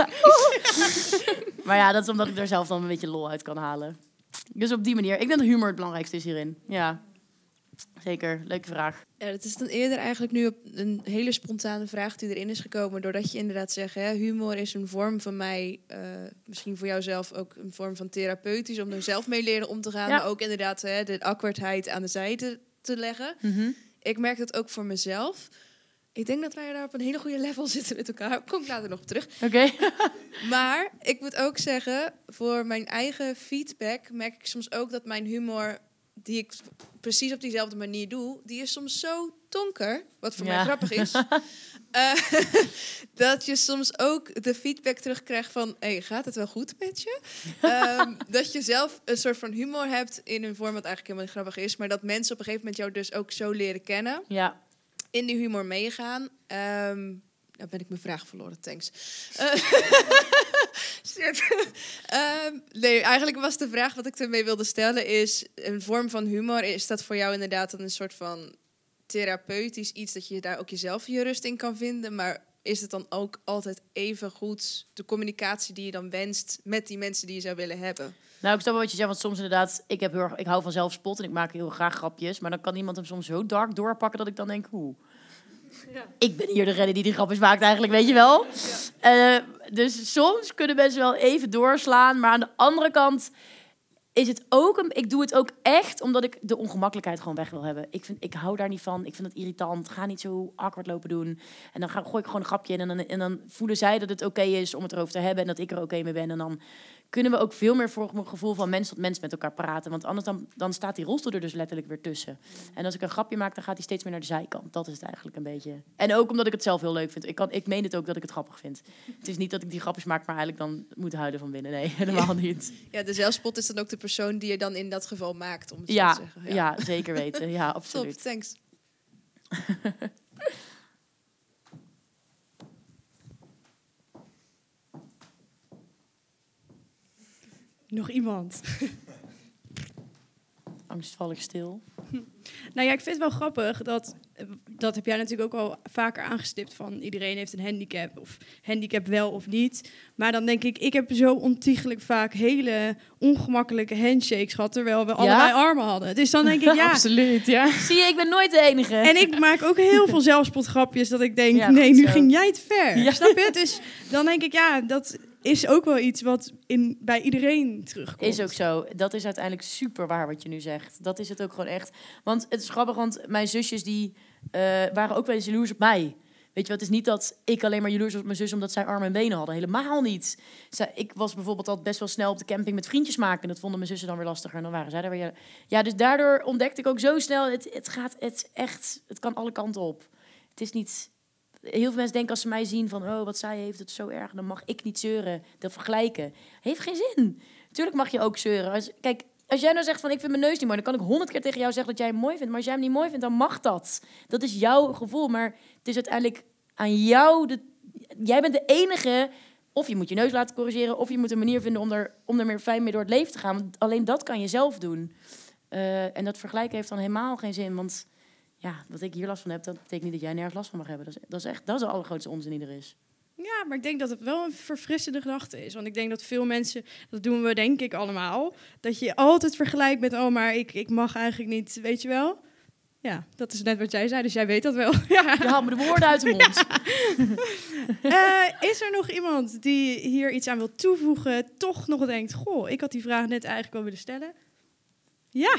Maar ja, dat is omdat ik er zelf dan een beetje lol uit kan halen. Dus op die manier. Ik denk dat humor het belangrijkste is hierin. Ja, zeker. Leuke vraag. Ja, dat is dan eerder eigenlijk nu op een hele spontane vraag die erin is gekomen. Doordat je inderdaad zegt, hè, humor is een vorm van mij, uh, misschien voor jou zelf ook een vorm van therapeutisch, om er zelf mee leren om te gaan. Ja. Maar ook inderdaad hè, de awkwardheid aan de zijde te leggen. Mm-hmm. Ik merk dat ook voor mezelf. Ik denk dat wij daar op een hele goede level zitten met elkaar. Daar kom ik later nog op terug. Oké. Okay. Maar ik moet ook zeggen, voor mijn eigen feedback merk ik soms ook dat mijn humor, die ik precies op diezelfde manier doe, die is soms zo donker, wat voor ja. mij grappig is, uh, dat je soms ook de feedback terugkrijgt van, hey, gaat het wel goed met je? um, dat je zelf een soort van humor hebt in een vorm wat eigenlijk helemaal niet grappig is, maar dat mensen op een gegeven moment jou dus ook zo leren kennen. Ja. In die humor meegaan. Um, nou ben ik mijn vraag verloren, thanks. Uh, um, nee, eigenlijk was de vraag wat ik ermee wilde stellen is, een vorm van humor, is dat voor jou inderdaad een soort van therapeutisch iets, dat je daar ook jezelf je rust in kan vinden, maar is het dan ook altijd even goed de communicatie die je dan wenst met die mensen die je zou willen hebben? Nou, ik snap wel wat je zegt, want soms inderdaad, ik, heb heel erg, ik hou van zelfspot en ik maak heel graag grapjes, maar dan kan iemand hem soms zo dark doorpakken dat ik dan denk, hoe? Ja. Ik ben hier degene die die grapjes maakt eigenlijk, weet je wel? Ja. Uh, dus soms kunnen mensen wel even doorslaan, maar aan de andere kant is het ook een, ik doe het ook echt omdat ik de ongemakkelijkheid gewoon weg wil hebben. Ik, vind, ik hou daar niet van. Ik vind het irritant. Ga niet zo awkward lopen doen. En dan ga, gooi ik gewoon een grapje in. En dan, en dan voelen zij dat het oké okay is om het erover te hebben. En dat ik er oké okay mee ben. En dan kunnen we ook veel meer voor mijn gevoel van mens tot mens met elkaar praten. Want anders dan, dan staat die rolstoel er dus letterlijk weer tussen. En als ik een grapje maak, dan gaat hij steeds meer naar de zijkant. Dat is het eigenlijk een beetje. En ook omdat ik het zelf heel leuk vind. Ik, kan, ik meen het ook dat ik het grappig vind. Het is niet dat ik die grapjes maak, maar eigenlijk dan moet huilen van binnen. Nee, helemaal niet. Ja, de zelfspot is dan ook de persoon die je dan in dat geval maakt, om het ja, zo te zeggen. Ja. ja, zeker weten. Ja, absoluut. Top, thanks. Nog iemand? Angstvallig stil. Nou ja, ik vind het wel grappig dat, dat heb jij natuurlijk ook al vaker aangestipt van iedereen heeft een handicap of handicap wel of niet. Maar dan denk ik, ik heb zo ontiegelijk vaak hele ongemakkelijke handshakes gehad terwijl we ja? allebei armen hadden. Dus dan denk ik, ja. Absoluut, ja. Zie je, ik ben nooit de enige. En ik maak ook heel veel zelfspotgrapjes dat ik denk, ja, nee, nu zo. ging jij het ver. Ja. Snap je? Dus dan denk ik, ja, dat is ook wel iets wat in, bij iedereen terugkomt. Is ook zo. Dat is uiteindelijk super waar wat je nu zegt. Dat is het ook gewoon echt. Want het is grappig, want mijn zusjes die uh, waren ook wel eens jaloers op mij. Weet je wat, het is niet dat ik alleen maar jaloers was op mijn zus omdat zij armen en benen hadden. Helemaal niet. Zij, ik was bijvoorbeeld al best wel snel op de camping met vriendjes maken. En dat vonden mijn zussen dan weer lastiger. En dan waren zij er weer... Ja, dus daardoor ontdekte ik ook zo snel... Het, het gaat het echt... Het kan alle kanten op. Het is niet... Heel veel mensen denken als ze mij zien van... Oh, wat zij heeft, het is zo erg. Dan mag ik niet zeuren. Dat vergelijken. Heeft geen zin. Tuurlijk mag je ook zeuren. Als, kijk... Als jij nou zegt van ik vind mijn neus niet mooi, dan kan ik honderd keer tegen jou zeggen dat jij hem mooi vindt. Maar als jij hem niet mooi vindt, dan mag dat. Dat is jouw gevoel. Maar het is uiteindelijk aan jou. De, jij bent de enige. Of je moet je neus laten corrigeren. Of je moet een manier vinden om er, om er meer fijn mee door het leven te gaan. Want alleen dat kan je zelf doen. Uh, en dat vergelijken heeft dan helemaal geen zin. Want ja, wat ik hier last van heb, dat betekent niet dat jij nergens last van mag hebben. Dat is, dat is echt dat is de allergrootste onzin die er is. Ja, maar ik denk dat het wel een verfrissende gedachte is. Want ik denk dat veel mensen, dat doen we denk ik allemaal, dat je altijd vergelijkt met, oh, maar ik, ik mag eigenlijk niet, weet je wel? Ja, dat is net wat jij zei, dus jij weet dat wel. Ja. Je haalt me de woorden uit de mond. Ja. uh, is er nog iemand die hier iets aan wil toevoegen, toch nog denkt, goh, ik had die vraag net eigenlijk al willen stellen? Ja.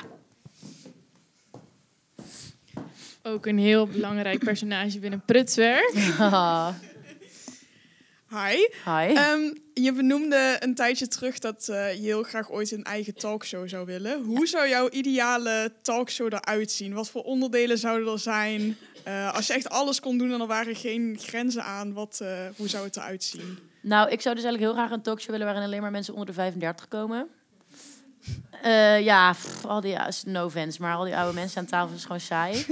Ook een heel belangrijk personage binnen Prutswerk. Ja. Hi. Hi. Um, je benoemde een tijdje terug dat uh, je heel graag ooit een eigen talkshow zou willen. Hoe ja. zou jouw ideale talkshow eruit zien? Wat voor onderdelen zouden er zijn? Uh, als je echt alles kon doen en er waren geen grenzen aan, wat, uh, hoe zou het eruit zien? Nou, ik zou dus eigenlijk heel graag een talkshow willen waarin alleen maar mensen onder de vijfendertig komen. Uh, ja, pff, al die, no offense, maar al die oude mensen aan tafel is gewoon saai.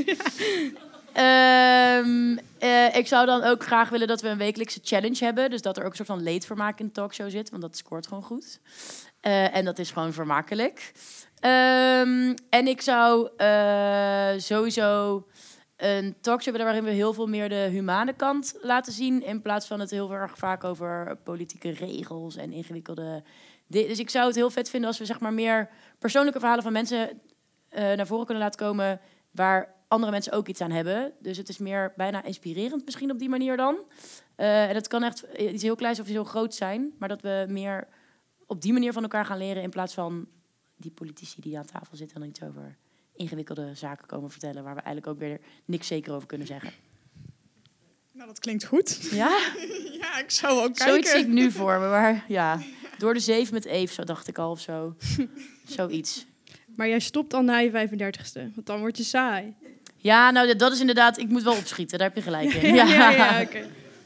Ja. Um, uh, ik zou dan ook graag willen dat we een wekelijkse challenge hebben. Dus dat er ook een soort van leedvermaak in de talkshow zit. Want dat scoort gewoon goed. Uh, en dat is gewoon vermakelijk. Um, en ik zou uh, sowieso een talkshow hebben waarin we heel veel meer de humane kant laten zien. In plaats van het heel erg vaak over politieke regels en ingewikkelde... Dus ik zou het heel vet vinden als we zeg maar meer persoonlijke verhalen van mensen uh, naar voren kunnen laten komen waar andere mensen ook iets aan hebben. Dus het is meer bijna inspirerend misschien op die manier dan. Uh, en dat kan echt iets heel kleins of iets heel groot zijn, maar dat we meer op die manier van elkaar gaan leren in plaats van die politici die aan tafel zitten en dan iets over ingewikkelde zaken komen vertellen waar we eigenlijk ook weer niks zeker over kunnen zeggen. Nou, dat klinkt goed. Ja? Ja, ik zou wel kijken. Zoiets zie ik nu voor me, maar ja... Door de zeef met Eve, zo dacht ik al, of zo. Zoiets. Maar jij stopt al na je vijfendertigste, want dan word je saai. Ja, nou, dat is inderdaad... Ik moet wel opschieten, daar heb je gelijk in. Ja, ja, ja, oké.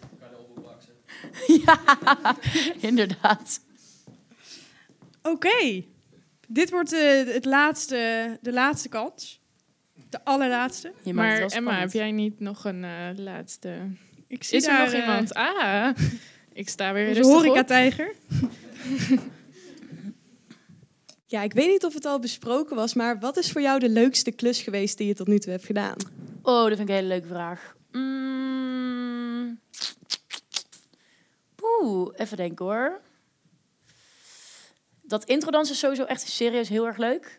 Ja, inderdaad. Oké. Okay. Dit wordt uh, het laatste, de laatste kans. De allerlaatste. Maar Emma, heb jij niet nog een uh, laatste... Ik zie is er daar, nog uh, iemand? Ah... Ik sta weer rustig op. Onze horeca-tijger. Ja, ik weet niet of het al besproken was, maar wat is voor jou de leukste klus geweest die je tot nu toe hebt gedaan? Oh, dat vind ik een hele leuke vraag. Mm. Oeh, even denken hoor. Dat introdansen is sowieso echt serieus heel erg leuk.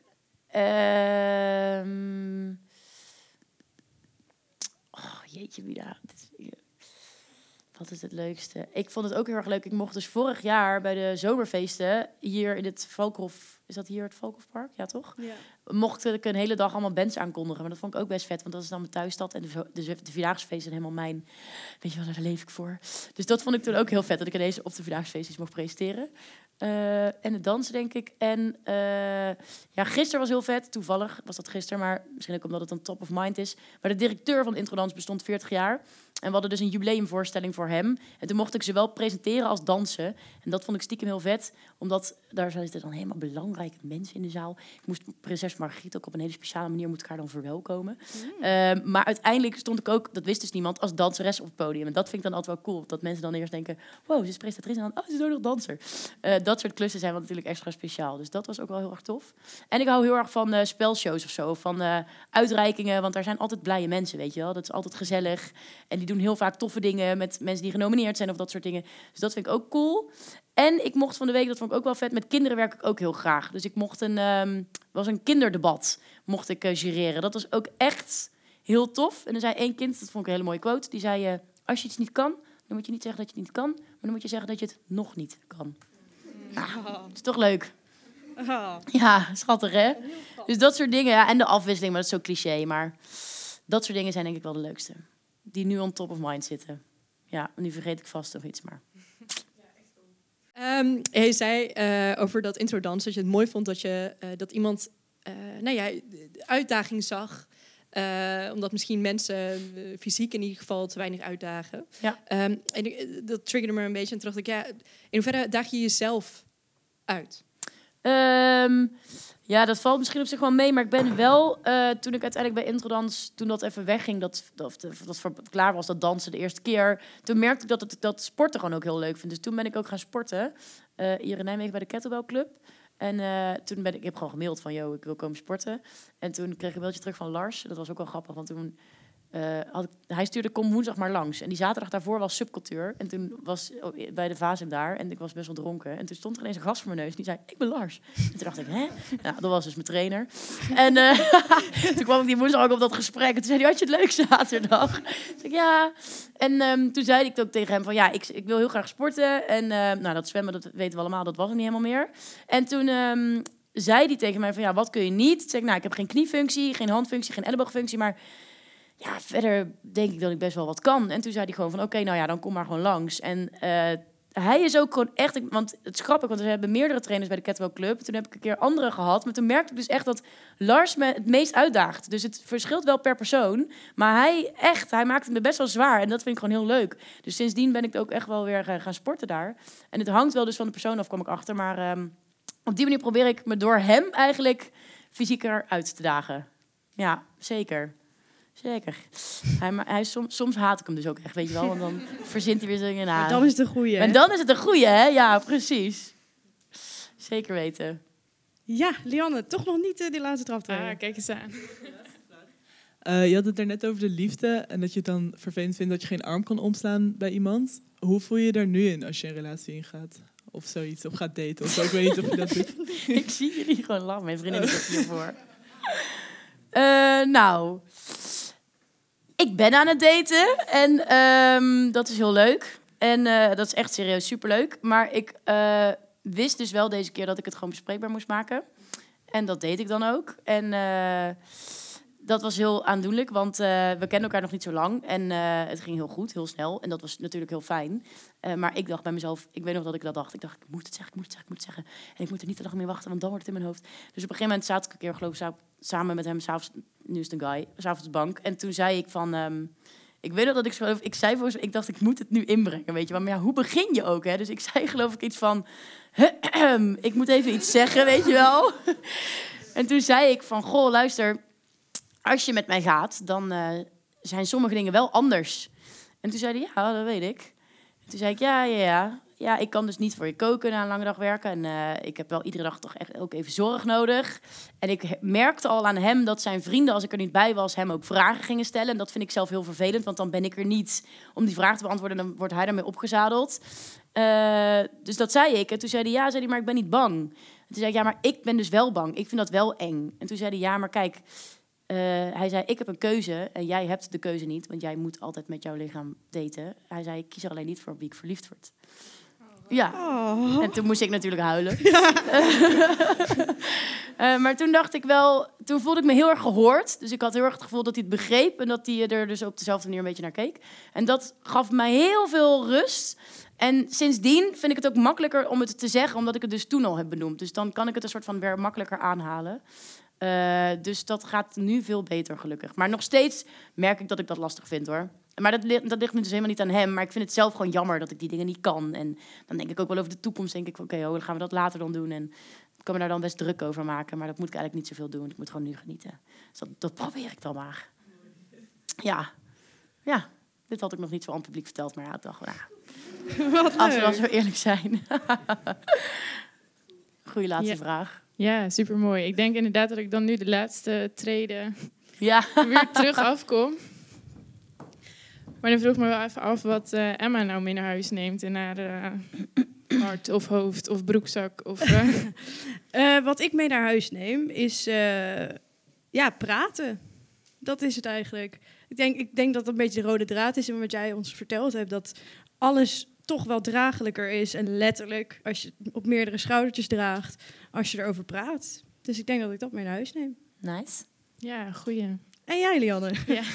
Um. Oh, jeetje, wie daar... Wat is het leukste? Ik vond het ook heel erg leuk. Ik mocht dus vorig jaar bij de zomerfeesten hier in het Valkhof... Is dat hier het Valkhofpark? Ja, toch? Ja. Mocht ik een hele dag allemaal bands aankondigen. Maar dat vond ik ook best vet, want dat is dan mijn thuisstad. En de, de, de Vierdaagse feesten zijn helemaal mijn... Weet je wel, daar leef ik voor. Dus dat vond ik toen ook heel vet, dat ik ineens op de Vierdaagse feestjes mocht presenteren. Uh, en het dansen, denk ik. En uh, ja, gisteren was heel vet. Toevallig was dat gisteren, maar misschien ook omdat het een top of mind is. Maar de directeur van de Introdans bestond veertig jaar. En we hadden dus een jubileumvoorstelling voor hem. En toen mocht ik zowel presenteren als dansen. En dat vond ik stiekem heel vet. Omdat daar zitten dan helemaal belangrijke mensen in de zaal. Ik moest prinses Margriet ook op een hele speciale manier moet ik haar dan verwelkomen. Mm. Uh, maar uiteindelijk stond ik ook, dat wist dus niemand, als danseres op het podium. En dat vind ik dan altijd wel cool. Dat mensen dan eerst denken, wow, ze is presentatrice. En dan, oh, ze is ook nog danser. Uh, dat soort klussen zijn wel natuurlijk extra speciaal. Dus dat was ook wel heel erg tof. En ik hou heel erg van uh, spelshows of zo. Van uh, uitreikingen, want daar zijn altijd blije mensen, weet je wel. Dat is altijd gezellig. En die doen heel vaak toffe dingen met mensen die genomineerd zijn of dat soort dingen. Dus dat vind ik ook cool. En ik mocht van de week, dat vond ik ook wel vet, met kinderen werk ik ook heel graag. Dus ik mocht een, um, was een kinderdebat, mocht ik uh, jureren. Dat was ook echt heel tof. En er zei één kind, dat vond ik een hele mooie quote, die zei, uh, als je iets niet kan, dan moet je niet zeggen dat je het niet kan, maar dan moet je zeggen dat je het nog niet kan. Nou, dat is toch leuk. Oh. Ja, schattig hè? Dus dat soort dingen, ja, en de afwisseling, maar dat is zo cliché, maar dat soort dingen zijn denk ik wel de leukste. Die nu on top of mind zitten. Ja, nu vergeet ik vast nog iets, maar... Um, hij zei uh, over dat introdans dat je het mooi vond dat, je, uh, dat iemand uh, nou ja, de uitdaging zag. Uh, omdat misschien mensen uh, fysiek in ieder geval te weinig uitdagen. Ja. Um, en uh, dat triggerde me een beetje en toen dacht ik, ja, in hoeverre daag je jezelf uit? Um, ja, dat valt misschien op zich wel mee, maar ik ben wel, uh, toen ik uiteindelijk bij Introdans, toen dat even wegging, dat, dat, dat, dat klaar was, dat dansen de eerste keer, toen merkte ik dat ik dat sporten gewoon ook heel leuk vind. Dus toen ben ik ook gaan sporten, uh, hier in Nijmegen bij de Kettlebell Club. En uh, toen ben ik, ik heb gewoon gemaild van, yo, ik wil komen sporten. En toen kreeg ik een mailtje terug van Lars, dat was ook wel grappig, want toen... Uh, had ik, hij stuurde kom woensdag maar langs. En die zaterdag daarvoor was subcultuur. En toen was bij de Vazim daar. En ik was best wel dronken. En toen stond er ineens een gast voor mijn neus. En die zei, ik ben Lars. En toen dacht ik, hè? Nou, dat was dus mijn trainer. En uh, toen kwam ik die woensdag ook op dat gesprek. En toen zei hij, had je het leuk zaterdag? Toen zei ik, ja. En um, toen zei ik ook tegen hem van, ja, ik, ik wil heel graag sporten. En uh, nou, dat zwemmen, dat weten we allemaal, dat was er niet helemaal meer. En toen... Um, zei hij tegen mij van, ja, wat kun je niet? Toen zei ik, nou, ik heb geen kniefunctie, geen handfunctie, geen elleboogfunctie, maar... Ja, verder denk ik dat ik best wel wat kan. En toen zei hij gewoon van, oké, okay, nou ja, dan kom maar gewoon langs. En uh, hij is ook gewoon echt... Want het is grappig, want we hebben meerdere trainers bij de Kettlebell Club. Toen heb ik een keer andere gehad. Maar toen merkte ik dus echt dat Lars me het meest uitdaagt. Dus het verschilt wel per persoon. Maar hij echt, hij maakt het me best wel zwaar. En dat vind ik gewoon heel leuk. Dus sindsdien ben ik ook echt wel weer uh, gaan sporten daar. En het hangt wel dus van de persoon af, kwam ik achter. Maar um, op die manier probeer ik me door hem eigenlijk fysieker uit te dagen. Ja, zeker. Zeker. Hij, hij, soms, soms haat ik hem dus ook echt, weet je wel. Want dan verzint hij weer zo dingen na. Maar dan is het een goeie, hè? En dan is het een goeie, hè? Ja, precies. Zeker weten. Ja, Lianne, toch nog niet uh, die laatste trap te Ah, kijk eens aan. Uh, je had het er net over de liefde en dat je het dan vervelend vindt dat je geen arm kan omslaan bij iemand. Hoe voel je je daar nu in als je een relatie ingaat? Of zoiets, of gaat daten of zo. Ik weet niet of je dat doet. Ik zie jullie gewoon lachen. Mijn vriendin zit hiervoor. Uh, nou... Ik ben aan het daten en um, dat is heel leuk. En uh, dat is echt serieus superleuk. Maar ik uh, wist dus wel deze keer dat ik het gewoon bespreekbaar moest maken. En dat deed ik dan ook. En uh, dat was heel aandoenlijk, want uh, we kennen elkaar nog niet zo lang. En uh, het ging heel goed, heel snel. En dat was natuurlijk heel fijn. Uh, maar ik dacht bij mezelf, ik weet nog dat ik dat dacht. Ik dacht, ik moet het zeggen, ik moet het zeggen, ik moet het zeggen. En ik moet er niet te lang mee wachten, want dan wordt het in mijn hoofd. Dus op een gegeven moment zat ik een keer, geloof ik, samen met hem, s'avonds, nu is het een guy, s'avonds op de bank. En toen zei ik van, um, ik weet nog dat ik zo, ik zei volgens mij, ik dacht, ik moet het nu inbrengen, weet je wel. Maar ja, hoe begin je ook, hè? Dus ik zei geloof ik iets van, ik moet even iets zeggen, weet je wel. En toen zei ik van, goh, luister, als je met mij gaat, dan uh, zijn sommige dingen wel anders. En toen zei hij, ja, dat weet ik. En toen zei ik, ja, ja, ja. Ja, ik kan dus niet voor je koken na een lange dag werken. En uh, ik heb wel iedere dag toch echt ook even zorg nodig. En ik merkte al aan hem dat zijn vrienden, als ik er niet bij was, hem ook vragen gingen stellen. En dat vind ik zelf heel vervelend, want dan ben ik er niet om die vraag te beantwoorden. En dan wordt hij daarmee opgezadeld. Uh, dus dat zei ik. En toen zei hij, ja, zei hij, maar ik ben niet bang. En toen zei ik, ja, maar ik ben dus wel bang. Ik vind dat wel eng. En toen zei hij, ja, maar kijk... Uh, hij zei, ik heb een keuze en jij hebt de keuze niet, want jij moet altijd met jouw lichaam daten. Hij zei, ik kies er alleen niet voor wie ik verliefd word. Ja, oh. En toen moest ik natuurlijk huilen. Ja. uh, maar toen dacht ik wel, toen voelde ik me heel erg gehoord. Dus ik had heel erg het gevoel dat hij het begreep en dat hij er dus op dezelfde manier een beetje naar keek. En dat gaf mij heel veel rust. En sindsdien vind ik het ook makkelijker om het te zeggen, omdat ik het dus toen al heb benoemd. Dus dan kan ik het een soort van weer makkelijker aanhalen. Uh, dus dat gaat nu veel beter, gelukkig. Maar nog steeds merk ik dat ik dat lastig vind, hoor. Maar dat, li- dat ligt nu dus helemaal niet aan hem. Maar ik vind het zelf gewoon jammer dat ik die dingen niet kan. En dan denk ik ook wel over de toekomst. Denk ik van, oké, okay, oh, dan gaan we dat later dan doen. En ik kan me daar dan best druk over maken. Maar dat moet ik eigenlijk niet zoveel doen. Ik moet gewoon nu genieten. Dus dat, dat probeer ik dan maar. Ja. Ja. Dit had ik nog niet zo aan het publiek verteld. Maar ja, ik dacht, nou, Wat als we wel zo eerlijk zijn. Goeie laatste ja. vraag. Ja, supermooi. Ik denk inderdaad dat ik dan nu de laatste treden ja. weer terug afkom. Maar dan vroeg ik me wel even af wat uh, Emma nou mee naar huis neemt in haar uh, hart of hoofd of broekzak. Of, uh... uh, wat ik mee naar huis neem is uh, ja, praten. Dat is het eigenlijk. Ik denk, ik denk dat dat een beetje de rode draad is in wat jij ons verteld hebt. Dat alles toch wel draaglijker is en letterlijk als je op meerdere schoudertjes draagt als je erover praat. Dus ik denk dat ik dat mee naar huis neem. Nice. Ja, goeie. En jij, Lianne? Ja.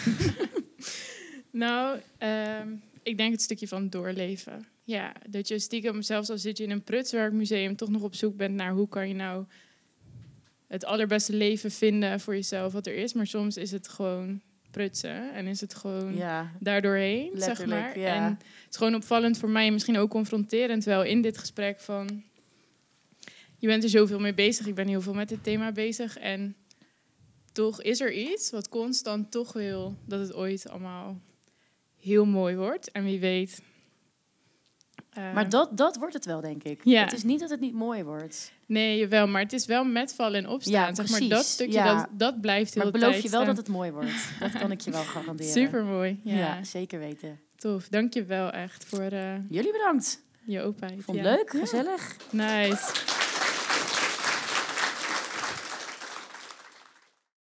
nou, um, ik denk het stukje van doorleven. Ja, dat je stiekem, zelfs al zit je in een prutswerkmuseum, toch nog op zoek bent naar hoe kan je nou het allerbeste leven vinden voor jezelf wat er is. Maar soms is het gewoon prutsen en is het gewoon ja. daardoorheen, zeg maar. Ja. En het is gewoon opvallend voor mij en misschien ook confronterend wel in dit gesprek van je bent er zoveel mee bezig. Ik ben heel veel met dit thema bezig en toch is er iets wat constant toch wil dat het ooit allemaal heel mooi wordt. En wie weet. Uh, maar dat, dat wordt het wel, denk ik. Ja. Het is niet dat het niet mooi wordt. Nee, jawel, maar het is wel met vallen en opstaan. Ja, zeg maar dat stukje, ja. dat, dat blijft heel maar de beloof tijd je wel staan. dat het mooi wordt. Dat kan ik je wel garanderen. Supermooi. Ja. ja, zeker weten. Tof, dank je wel echt voor uh, jullie bedankt. Je openheid. Vond het ja. leuk, gezellig. Nice.